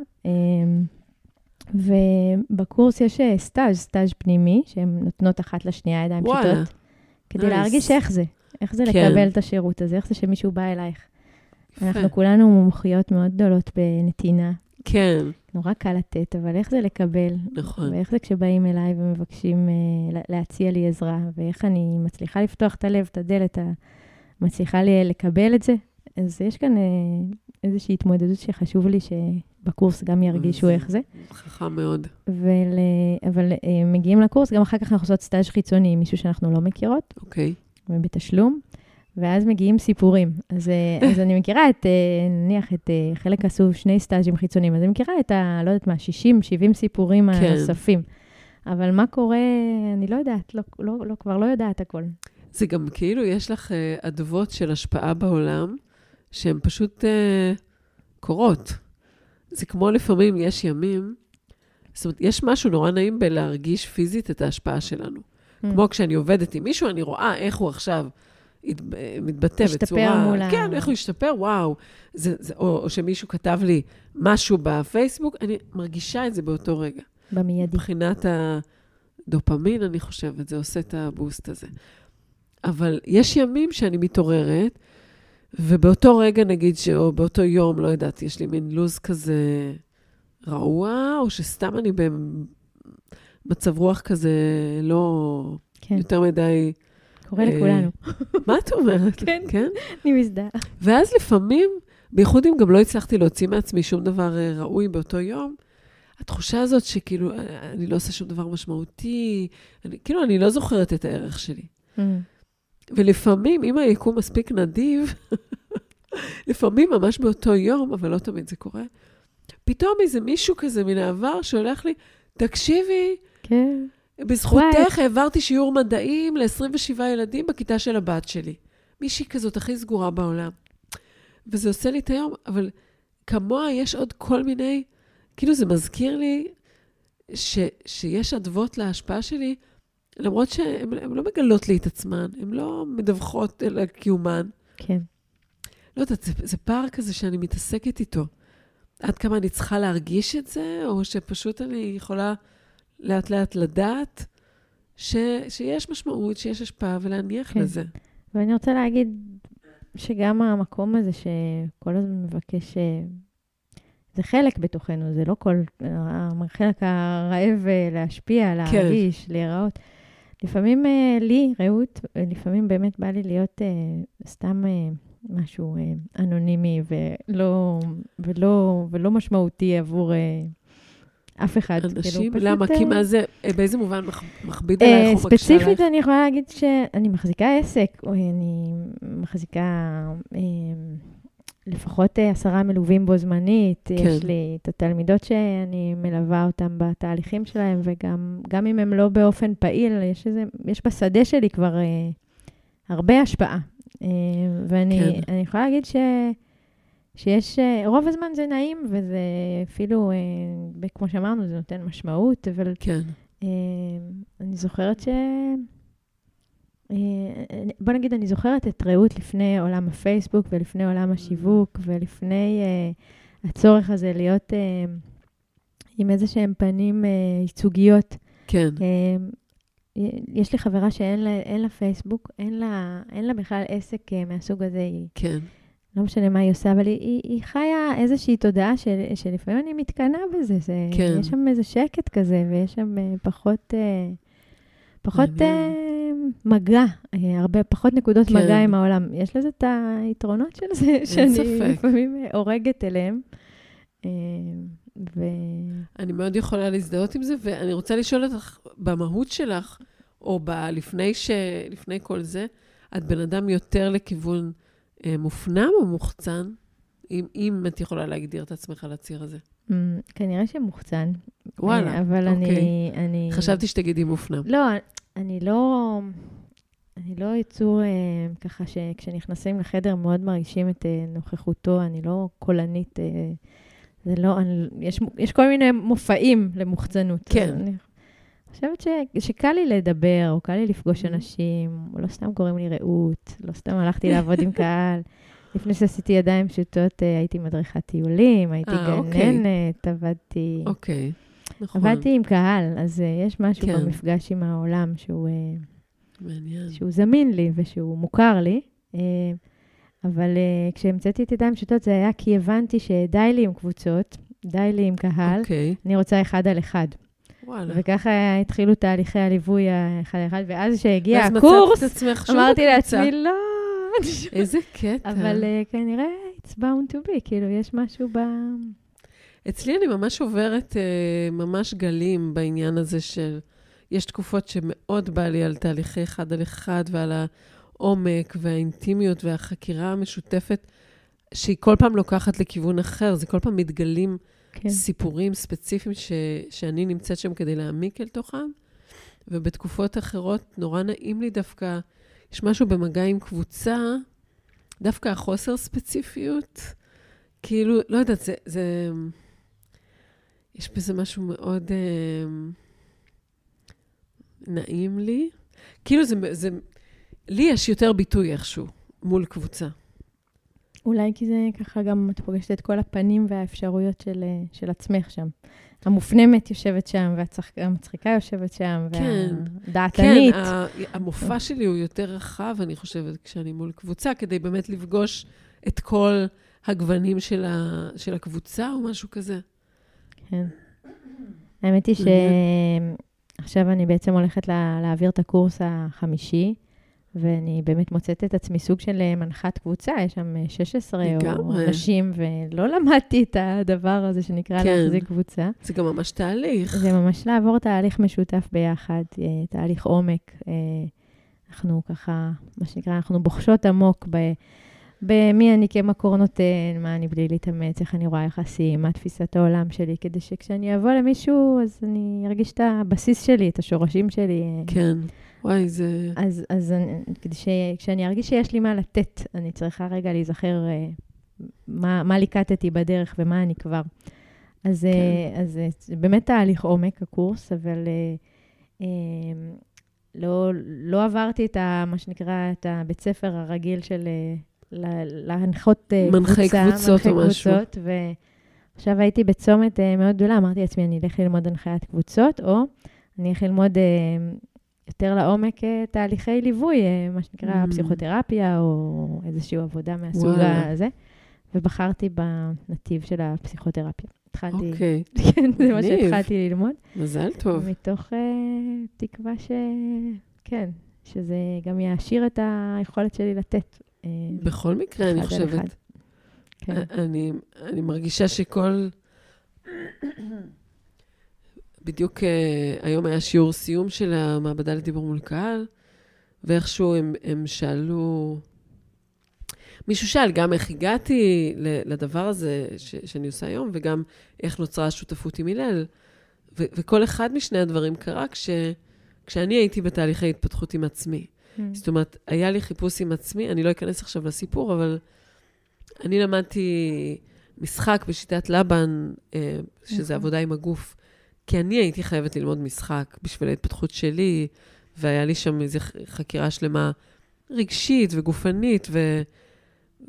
ובקורס יש סטאז' פנימי, שהן נותנות אחת לשנייה ידיים פשוטות, כדי להרגיש איך זה לקבל את השירות הזה, איך זה שמישהו בא אלייך. אנחנו כולנו מומחיות מאוד גדולות בנתינה. כן. נורא קל לתת, אבל איך זה לקבל? נכון. ואיך זה כשבאים אליי ומבקשים להציע לי עזרה, ואיך אני מצליחה לפתוח את הלב, את הדלת, מצליחה לי לקבל את זה. אז יש כאן איזושהי התמודדות שחשוב לי שבקורס גם ירגישו איך זה. חכם מאוד. אבל מגיעים לקורס, גם אחר כך אנחנו עושות סטאז' חיצוני, מישהו שאנחנו לא מכירות. אוקיי. ובתשלום. ואז מגיעים סיפורים. אז אני מכירה נניח את חלק עשו 2 סטאז'ים חיצוניים, אז אני מכירה את לא יודעת מה, 60, 70 סיפורים הנוספים. אבל מה קורה, אני לא יודעת, כבר לא יודעת הכל. זה גם כאילו יש לך אדוות של השפעה בעולם, שהן פשוט קורות. זה כמו לפעמים יש ימים, זאת אומרת, יש משהו נורא נעים בלהרגיש פיזית את ההשפעה שלנו. כמו כשאני עובדת עם מישהו, אני רואה איך הוא עכשיו מתבטא בצורה... מולה. כן, איך הוא השתפר, וואו. או שמישהו כתב לי משהו בפייסבוק, אני מרגישה את זה באותו רגע. במיידי. מבחינת הדופמין, אני חושבת, זה עושה את הבוסט הזה. אבל יש ימים שאני מתעוררת, ובאותו רגע נגיד, או באותו יום, לא יודעת, יש לי מין לוז כזה רעוע, או שסתם אני במצב רוח כזה לא יותר מדי... קורה לכולנו. מה את אומרת? כן, אני מזדהה. ואז לפעמים, בייחוד אם גם לא הצלחתי להוציא מעצמי שום דבר ראוי באותו יום, התחושה הזאת שכאילו, אני לא עושה שום דבר משמעותי, כאילו אני לא זוכרת את הערך שלי. ולפעמים, אם היקום מספיק נדיב, לפעמים ממש באותו יום, אבל לא תמיד זה קורה, פתאום איזה מישהו כזה מן העבר שהולך לי, תקשיבי, כן. בזכותך העברתי שיעור מדעים ל-27 ילדים בכיתה של הבת שלי. מישהי כזאת הכי סגורה בעולם. וזה עושה לי את היום, אבל כמוה יש עוד כל מיני, כאילו זה מזכיר לי שיש אדוות להשפעה שלי, למרות שהן לא מגלות לי את עצמן, הן לא מדווחות על קיומן. כן. לא יודעת, זה פער כזה שאני מתעסקת איתו. עד כמה אני צריכה להרגיש את זה, או שפשוט אני יכולה לאט לאט לדעת שיש משמעות, שיש השפעה, ולהניח לזה. ואני רוצה להגיד שגם המקום הזה שכל הזמן מבקש, זה חלק בתוכנו, זה לא כל, החלק הרעב להשפיע, להרגיש, להיראות. לפעמים לי, רעות, לפעמים באמת בא לי להיות סתם משהו אנונימי ולא משמעותי עבור אף אחד. אנשים, למה? כי מה זה, באיזה מובן מכביד עלייך או מקשה עלייך? ספציפית אני יכולה להגיד שאני מחזיקה עסק, או אני מחזיקה לפחות 10 מלווים בו זמנית, יש לי את התלמידות שאני מלווה אותם בתהליכים שלהם, וגם אם הם לא באופן פעיל, יש בשדה שלי כבר הרבה השפעה. ואני יכולה להגיד שיש, רוב הזמן זה נעים, וזה אפילו, כמו שאמרנו, זה נותן משמעות, אבל אני זוכרת בוא נגיד, אני זוכרת את רעות לפני עולם הפייסבוק, ולפני עולם השיווק, ולפני הצורך הזה להיות עם איזה שהם פנים ייצוגיות. כן. יש לי חברה שאין לה פייסבוק, אין לה בכלל עסק מהסוג הזה. כן. לא משנה מה היא עושה, אבל היא חיה איזושהי תודעה שלפעמים אני מתקנה בזה. כן. יש שם איזה שקט כזה, ויש שם פחות מגע, הרבה פחות נקודות מגע עם העולם. יש לזה את היתרונות של זה, שאני לפעמים הורגת אליהם. אני מאוד יכולה להזדהות עם זה, ואני רוצה לשאול אותך, במהות שלך, או לפני כל זה, את בן אדם יותר לכיוון מופנם או מוחצן? אם את יכולה להגדיר את עצמך על הציר הזה. כנראה שמוחצן. וואלה, אבל אוקיי. חשבתי שתגידי מופנם. לא, אני לא יצור ככה שכשנכנסים לחדר מאוד מרגישים את נוכחותו, אני לא קולנית, זה לא, יש כל מיני מופעים למוחצנות. כן. אני חושבת שקל לי לדבר, או קל לי לפגוש אנשים, או לא סתם קוראים לי רעות, לא סתם הלכתי לעבוד עם קהל. לפני שעשיתי ידיים פשוטות, הייתי מדריכת טיולים, הייתי גננת, עבדתי... אוקיי, נכון. עבדתי עם קהל, אז יש משהו במפגש עם העולם שהוא זמין לי ושהוא מוכר לי. אבל כשהמצאתי את ידיים פשוטות, זה היה כי הבנתי שדי לי עם קבוצות, די לי עם קהל, אני רוצה אחד על אחד. וככה התחילו תהליכי הליווי אחד על אחד, ואז שהגיע הקורס, אמרתי לעצמי, לא. איזה קטע. אבל כנראה, it's bound to be, כאילו, יש משהו אצלי אני ממש עוברת ממש גלים בעניין הזה של, יש תקופות שמאוד בא לי על תהליכי אחד על אחד, ועל העומק והאינטימיות והחקירה המשותפת, שהיא כל פעם לוקחת לכיוון אחר, זה כל פעם מתגלים סיפורים ספציפיים שאני נמצאת שם כדי להעמיק אל תוכם, ובתקופות אחרות נורא נעים לי דווקא, יש משהו במגע עם קבוצה, דווקא החוסר ספציפיות, כאילו, לא יודעת, יש בזה משהו מאוד נעים לי. כאילו לי יש יותר ביטוי איכשהו, מול קבוצה. אולי כי זה ככה גם, את פוגשת את כל הפנים והאפשרויות של עצמך שם. המופנמת יושבת שם, והמצחיקה יושבת שם, והדעתנית. כן, המופע שלי הוא יותר רחב, אני חושבת, כשאני מול קבוצה, כדי באמת לפגוש את כל הגוונים של הקבוצה, או משהו כזה. כן. האמת היא שעכשיו אני בעצם הולכת להעביר את הקורס החמישי, ואני באמת מוצאת את עצמי סוג של מנחת קבוצה, יש שם 16 או אנשים, ולא למדתי את הדבר הזה שנקרא להחזיק קבוצה. זה גם ממש תהליך. זה ממש לעבור תהליך משותף ביחד, תהליך עומק. אנחנו ככה, מה שנקרא, אנחנו בוחשות עמוק במי אני כמקור נותן, מה אני בלי להתאמץ, איך אני רואה יחסים, מה תפיסת העולם שלי, כדי שכשאני אבוא למישהו, אז אני ארגיש את הבסיס שלי, את השורשים שלי. כן. וואי, זה... אז כשאני ארגיש שיש לי מה לתת, אני צריכה רגע להיזכר מה ליקטתי בדרך ומה אני כבר. אז זה באמת תהליך עומק, הקורס, אבל לא עברתי את מה שנקרא, את הבית ספר הרגיל של להנחות מנחי קבוצות או משהו. ועכשיו הייתי בצומת מאוד גדולה, אמרתי לעצמי, אני אלך ללמוד הנחיית קבוצות, או אני אלך ללמוד... יותר לעומק תהליכי ליווי, מה שנקרא פסיכותרפיה, או איזושהי עבודה מהסוג הזה, ובחרתי בנתיב של הפסיכותרפיה. התחלתי, כן, זה מה שהתחלתי ללמוד. מזל טוב. מתוך תקווה כן, שזה גם יעשיר את היכולת שלי לתת. בכל מקרה, אני חושבת. אני מרגישה שכל... בדיוק היום היה שיעור סיום של המעבדה לדיבור מול קהל, ואיכשהו הם שאלו, מישהו שאל גם איך הגעתי לדבר הזה שאני עושה היום, וגם איך נוצרה השותפות עם הלל, וכל אחד משני הדברים קרה כשאני הייתי בתהליכי התפתחות עם עצמי. זאת אומרת, היה לי חיפוש עם עצמי, אני לא אכנס עכשיו לסיפור, אבל אני למדתי משחק בשיטת לבן, שזה עבודה עם הגוף, כי אני הייתי חייבת ללמוד משחק בשביל ההתפתחות שלי, והיה לי שם איזו חקירה שלמה רגשית וגופנית,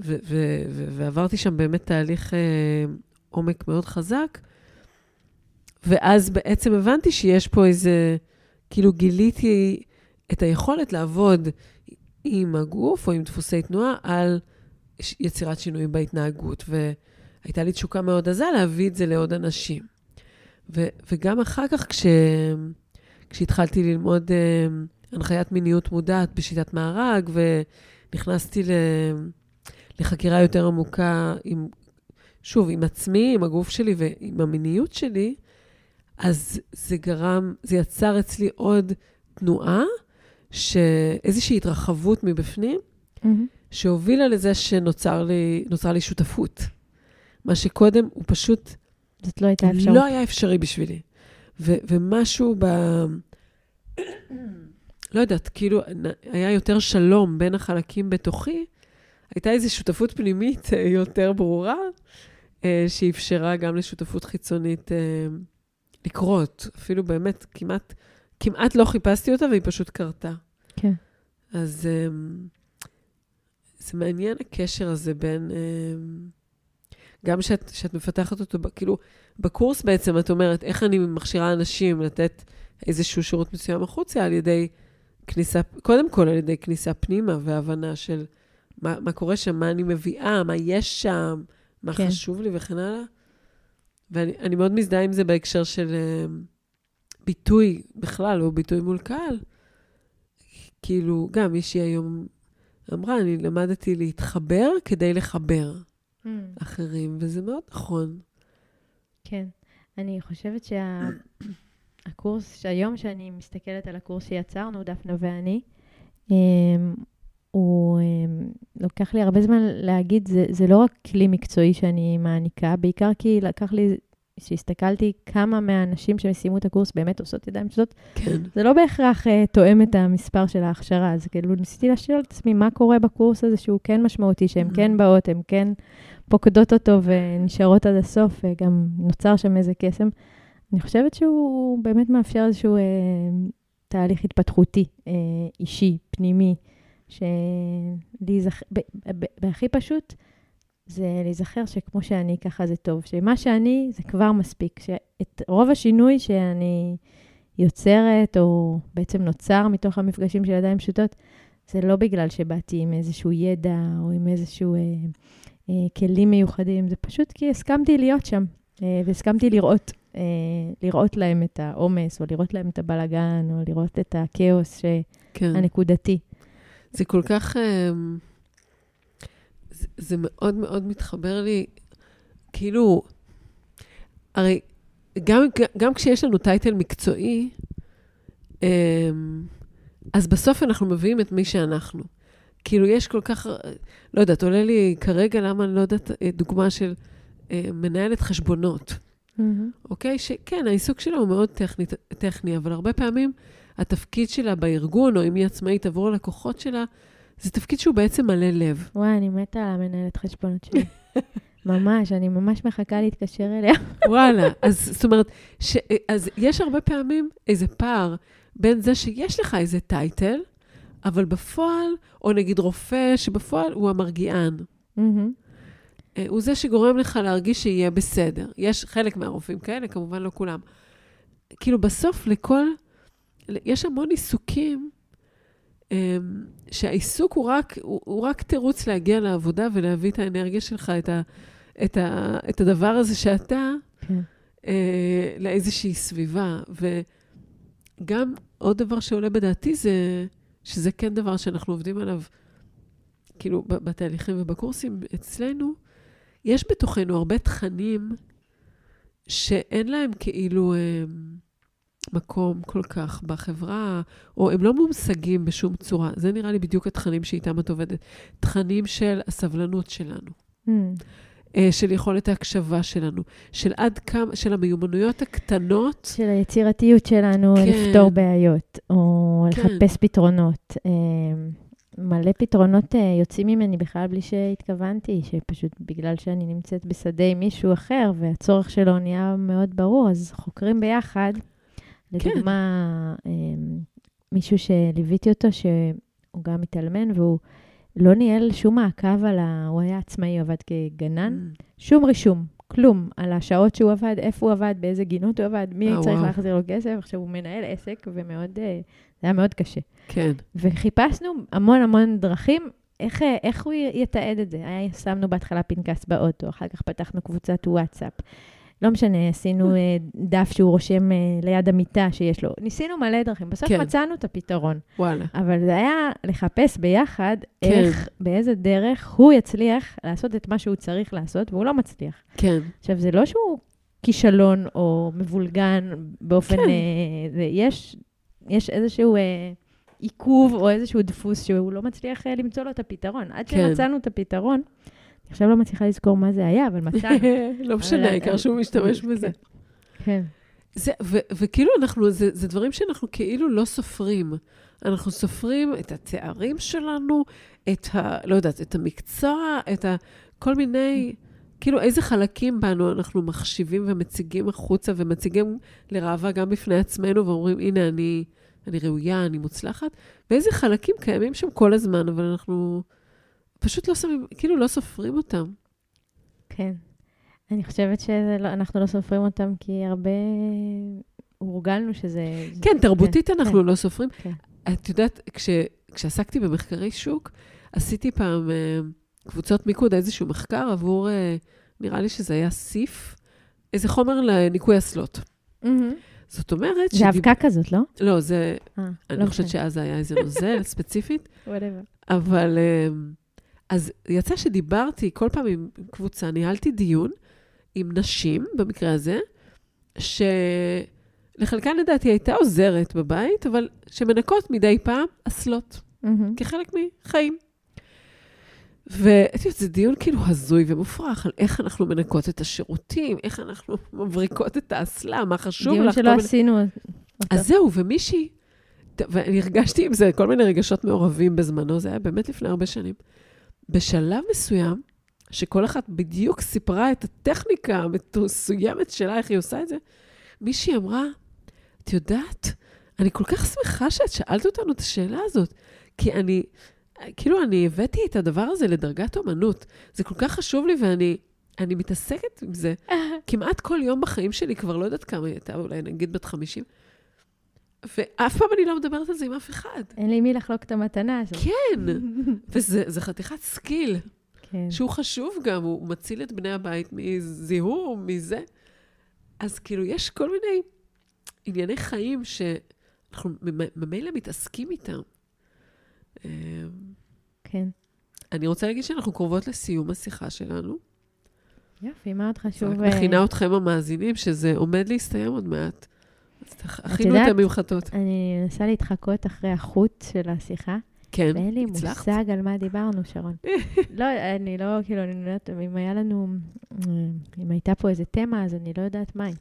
ועברתי שם באמת תהליך עומק מאוד חזק, ואז בעצם הבנתי שיש פה איזה, כאילו גיליתי את היכולת לעבוד עם הגוף או עם דפוסי תנועה על יצירת שינויים בהתנהגות, והייתה לי תשוקה מאוד עזה להביא את זה לעוד אנשים. וגם אחר כך כשהתחלתי ללמוד הנחיית מיניות מודעת בשיטת מארג, ונכנסתי לחקירה יותר עמוקה שוב, עם עצמי, עם הגוף שלי ועם המיניות שלי, אז זה יצר אצלי עוד תנועה, איזושהי התרחבות מבפנים, שהובילה לזה שנוצר לי שותפות. מה שקודם הוא פשוט זאת לא הייתה אפשרות. לא היה אפשרי בשבילי. ומשהו לא יודעת, כאילו היה יותר שלום בין החלקים בתוכי, הייתה איזו שותפות פנימית יותר ברורה, שאפשרה גם לשותפות חיצונית לקרות. אפילו באמת כמעט לא חיפשתי אותה, והיא פשוט קרתה. כן. אז זה מעניין הקשר הזה בין, גם שאת מפתחת אותו, כאילו, בקורס בעצם את אומרת, איך אני מכשירה אנשים לתת איזשהו שירות מסוים החוצה, על ידי כניסה, קודם כל על ידי כניסה פנימה, והבנה של מה קורה שם, מה אני מביאה, מה יש שם, מה כן. חשוב לי וכן הלאה. ואני מאוד מזדהה עם זה בהקשר של ביטוי בכלל, או ביטוי מול קהל. כאילו, גם מישהי היום אמרה, אני למדתי להתחבר כדי לחבר אחרים, וזה מאוד נכון. כן. אני חושבת שהקורס, היום שאני מסתכלת על הקורס שיצרנו, דפנה ואני, הוא לוקח לי הרבה זמן להגיד, זה לא רק כלי מקצועי שאני מעניקה, בעיקר כי לקח לי, שהסתכלתי כמה מהאנשים שמסיימו את הקורס באמת עושות ידיים פשוטות, כן. זה לא בהכרח תואם את המספר של ההכשרה, אז כאילו ניסיתי לשאול את עצמי מה קורה בקורס הזה שהוא כן משמעותי, שהן כן באות, הן כן פוקדות אותו ונשארות עד הסוף, וגם נוצר שם איזה קסם. אני חושבת שהוא באמת מאפשר איזשהו תהליך התפתחותי, אישי, פנימי, בהכי פשוט זה להיזכר שכמו שאני ככה זה טוב, שמה שאני זה כבר מספיק, שאת רוב השינוי שאני יוצרת או בעצם נוצר מתוך המפגשים של ידיים פשוטות, זה לא בגלל שבאתי עם איזשהו ידע או עם איזשהו כלים מיוחדים, זה פשוט כי הסכמתי להיות שם והסכמתי לראות להם את העומס או לראות להם את הבלגן או לראות את הכאוס הנקודתי. זה כל כך, זה מאוד מאוד מתחבר לי, כאילו, הרי גם כשיש לנו טייטל מקצועי, אז בסוף אנחנו מביאים את מי שאנחנו. כאילו יש כל כך, לא יודעת, עולה לי כרגע למה אני לא יודעת דוגמה של מנהלת חשבונות. אוקיי? שכן, העיסוק שלה הוא מאוד טכני, אבל הרבה פעמים התפקיד שלה בארגון, או אם היא עצמאית עבור הלקוחות שלה, זה תפקיד שהוא בעצם מלא לב. וואי, אני מתה על המנהלת חשבונות שלי. ממש, אני ממש מחכה להתקשר אליה. וואלה, אז זאת אומרת, אז יש הרבה פעמים איזה פער בין זה שיש לך איזה טייטל, אבל בפועל, או נגיד רופא, שבפועל הוא המרגיען. הוא זה שגורם לך להרגיש שיהיה בסדר. יש חלק מהרופאים כאלה, כמובן לא כולם. כאילו בסוף יש המון עיסוקים, שהעיסוק הוא רק תירוץ להגיע לעבודה, ולהביא את האנרגיה שלך, את הדבר הזה שאתה, לאיזושהי סביבה. וגם עוד דבר שעולה בדעתי זה, שזה כן דבר שאנחנו עובדים עליו, כאילו בתהליכים ובקורסים אצלנו, יש בתוכנו הרבה תכנים שאין להם כאילו מקום כל כך בחברה, או הם לא מושגים בשום צורה. זה נראה לי בדיוק התכנים שאיתם את עובדת. תכנים של הסבלנות שלנו, של יכולת ההקשבה שלנו, של עד כמה, של המיומנויות הקטנות. של היצירתיות שלנו, כן. לפתור בעיות, או כן. לחפש פתרונות. מלא פתרונות יוצאים ממני בכלל בלי שהתכוונתי, שפשוט בגלל שאני נמצאת בשדה עם מישהו אחר, והצורך שלו נהיה מאוד ברור, אז חוקרים ביחד. לדוגמה, מישהו שליוויתי אותו, שהוא גם מתאלמן, והוא לא ניהל שום מעקב הוא היה עצמאי, עבד כגנן, שום רישום. כלום, על השעות שהוא עבד, איפה הוא עבד, באיזה גינות הוא עבד, מי צריך להחזיר לו כסף, עכשיו הוא מנהל עסק, ומאוד, זה היה מאוד קשה. כן. וחיפשנו המון דרכים, איך הוא יתעד את זה? שמנו בהתחלה פנקס באוטו, אחר כך פתחנו קבוצת וואטסאפ. לא משנה, עשינו דף שהוא רושם ליד המיטה שיש לו. ניסינו מלא דרכים, בסוף מצאנו את הפתרון. וואלה. אבל זה היה לחפש ביחד איך, באיזה דרך הוא יצליח לעשות את מה שהוא צריך לעשות, והוא לא מצליח. כן. עכשיו, זה לא שהוא כישלון או מבולגן באופן... יש איזשהו עיכוב או איזשהו דפוס שהוא לא מצליח למצוא לו את הפתרון. עד שמצאנו את הפתרון, עכשיו לא מצליחה לזכור מה זה היה, אבל מצאנו. לא משנה, העיקר שהוא משתמש בזה. כן. וכאילו זה דברים שאנחנו כאילו לא סופרים. אנחנו סופרים את התארים שלנו, לא יודעת, את המקצוע, את כל מיני, כאילו איזה חלקים בנו אנחנו מחשיבים ומציגים החוצה, ומציגים לראווה גם בפני עצמנו, ואומרים, הנה, אני ראויה, אני מוצלחת, ואיזה חלקים קיימים שם כל הזמן, אבל אנחנו פשוט לא שמים, כאילו לא סופרים אותם. כן. אני חושבת שאנחנו לא סופרים אותם, כי הרבה הורגלנו שזה... כן, תרבותית אנחנו לא סופרים. את יודעת, כשעסקתי במחקרי שוק, עשיתי פעם קבוצות מיקוד, איזשהו מחקר עבור, נראה לי שזה היה סיף, איזה חומר לניקוי הסלוט. זאת אומרת... זה אבקה כזאת, לא? לא, זה... אני חושבת שאז היה איזה נוזל ספציפית. אבל... אז יצא שדיברתי כל פעם עם קבוצה, ניהלתי דיון עם נשים, במקרה הזה, שלחלקן לדעתי הייתה עוזרת בבית, אבל שמנקות מדי פעם אסלות, כחלק מחיים. וזה דיון כאילו הזוי ומופרך, על איך אנחנו מנקות את השירותים, איך אנחנו מבריקות את האסלה, מה חשוב לך. דיון שלא עשינו. אז זהו, ומישהי, ואני הרגשתי עם זה כל מיני רגשות מעורבים בזמנו, זה היה באמת לפני הרבה שנים. בשלב מסוים, שכל אחת בדיוק סיפרה את הטכניקה המסוימת שלה, איך היא עושה את זה, מישהי אמרה, את יודעת, אני כל כך שמחה שאת שאלת אותנו את השאלה הזאת, כי אני הבאתי את הדבר הזה לדרגת אומנות. זה כל כך חשוב לי, ואני מתעסקת עם זה. כמעט כל יום בחיים שלי, כבר לא יודעת כמה היא הייתה, אולי נגיד בת 50, ואף פעם אני לא מדברת על זה עם אף אחד. אין לי מי לחלוק את המתנה הזאת. כן, וזה חתיכת סקיל, שהוא חשוב גם, הוא מציל את בני הבית מזיהום, מזה. אז כאילו, יש כל מיני ענייני חיים שאנחנו ממילא מתעסקים איתם. כן. אני רוצה להגיד שאנחנו קרובות לסיום השיחה שלנו. יופי, מאוד חשוב. רק מכינה אתכם המאזינים, שזה עומד להסתיים עוד מעט. הכינו את הממחטות. אני מנסה להתחקות אחרי החוט של השיחה. כן, ואין לי מושג על מה דיברנו, שרון. לא, אני לא, כאילו, אני לא יודעת, אם היה לנו, אם הייתה פה איזה תמה, אז אני לא יודעת מה היא.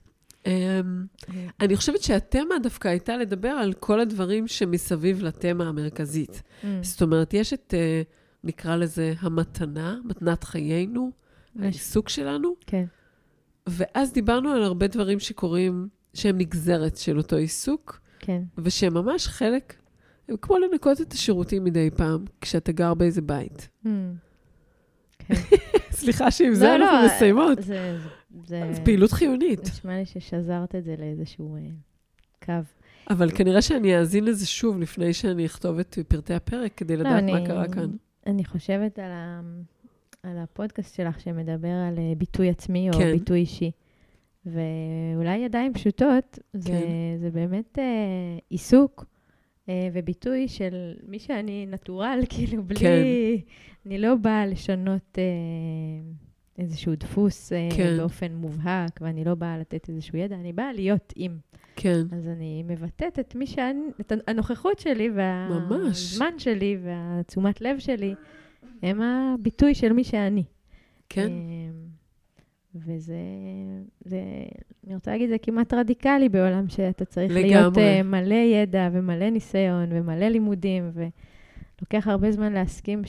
אני חושבת שהתמה דווקא הייתה לדבר על כל הדברים שמסביב לתמה המרכזית. זאת אומרת, יש את, נקרא לזה, המתנה, מתנת חיינו, העיסוק שלנו. כן. ואז דיברנו על הרבה דברים שקורים, שהם נגזרת של אותו עיסוק, כן. ושהם ממש חלק, הם כמו לנקות את השירותים מדי פעם, כשאתה גר באיזה בית. כן. סליחה שעם זה אנחנו מסיימות. זה פעילות חיונית. נשמע לי ששזרת את זה לאיזשהו קו. אבל כנראה שאני אאזין לזה שוב, לפני שאני אכתוב את פרטי הפרק, כדי לדעת מה קרה כאן. אני חושבת על הפודקאסט שלך, שמדבר על ביטוי עצמי או ביטוי אישי. ואולי ידיים פשוטות, זה באמת עיסוק וביטוי של מי שאני נטורל, כאילו בלי, אני לא באה לשנות איזשהו דפוס באופן מובהק, ואני לא באה לתת איזשהו ידע, אני באה להיות עם. כן. אז אני מבטאת את את הנוכחות שלי, והזמן שלי, והתשומת לב שלי, הם הביטוי של מי שאני. כן. וזה, אני רוצה להגיד, זה כמעט רדיקלי בעולם שאתה צריך להיות מלא ידע ומלא ניסיון ומלא לימודים, ולוקח הרבה זמן להסכים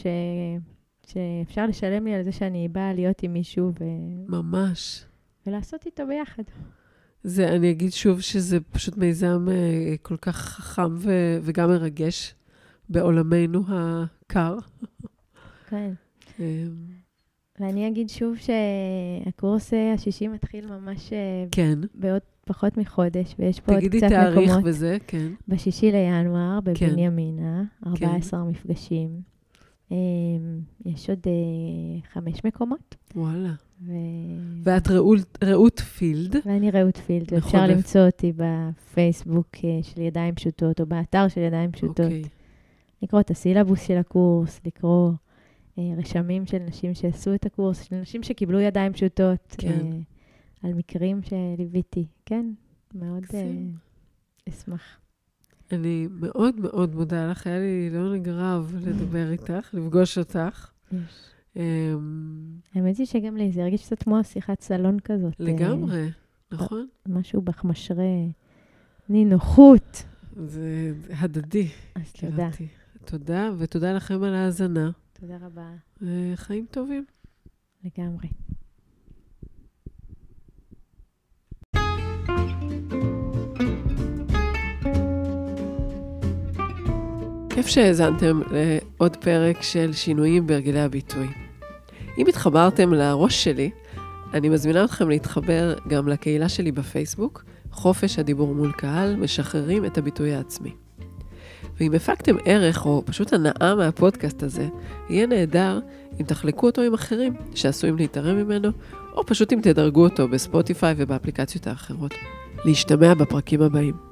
שאפשר לשלם לי על זה שאני באה להיות עם מישהו ממש. ולעשות איתו ביחד. אני אגיד שוב שזה פשוט מיזם כל כך חכם וגם מרגש בעולמנו הקר. כן. ואני אגיד שוב שהקורס השישי מתחיל ממש בעוד פחות מחודש, ויש פה עוד קצת מקומות. תגידי תאריך וזה, כן. ב6 לינואר, בבנימינה, 14 מפגשים. יש עוד 5 מקומות. וואלה. ואת רעות פילד. ואני רעות פילד, ואפשר למצוא אותי בפייסבוק של ידיים פשוטות, או באתר של ידיים פשוטות. לקרוא את הסילבוס של הקורס, לקרוא רשמים של נשים שעשו את הקורס, של נשים שקיבלו ידיים פשוטות, על מקרים שליוויתי. כן, מאוד אשמח. אני מאוד מאוד מודה לך, היה לי לא נגרב לדבר איתך, לפגוש אותך. האמת היא שגם לי, זה הרגיש קצת כמו שיחת סלון כזאת. לגמרי, נכון? משהו בחמשרי נינוחות. זה הדדי. אז תודה. תודה, ותודה לכם על ההאזנה. תודה רבה. חיים טובים. לגמרי. כיף שהאזנתם לעוד פרק של שינויים בהרגלי הביטוי. אם התחברתם לראש שלי, אני מזמינה אתכם להתחבר גם לקהילה שלי בפייסבוק, חופש הדיבור מול קהל, משחררים את הביטוי העצמי. ואם הפקתם ערך או פשוט הנאה מהפודקאסט הזה, יהיה נהדר אם תחלקו אותו עם אחרים שעשויים להתערם ממנו, או פשוט אם תדרגו אותו בספוטיפיי ובאפליקציות האחרות. להשתמע בפרקים הבאים.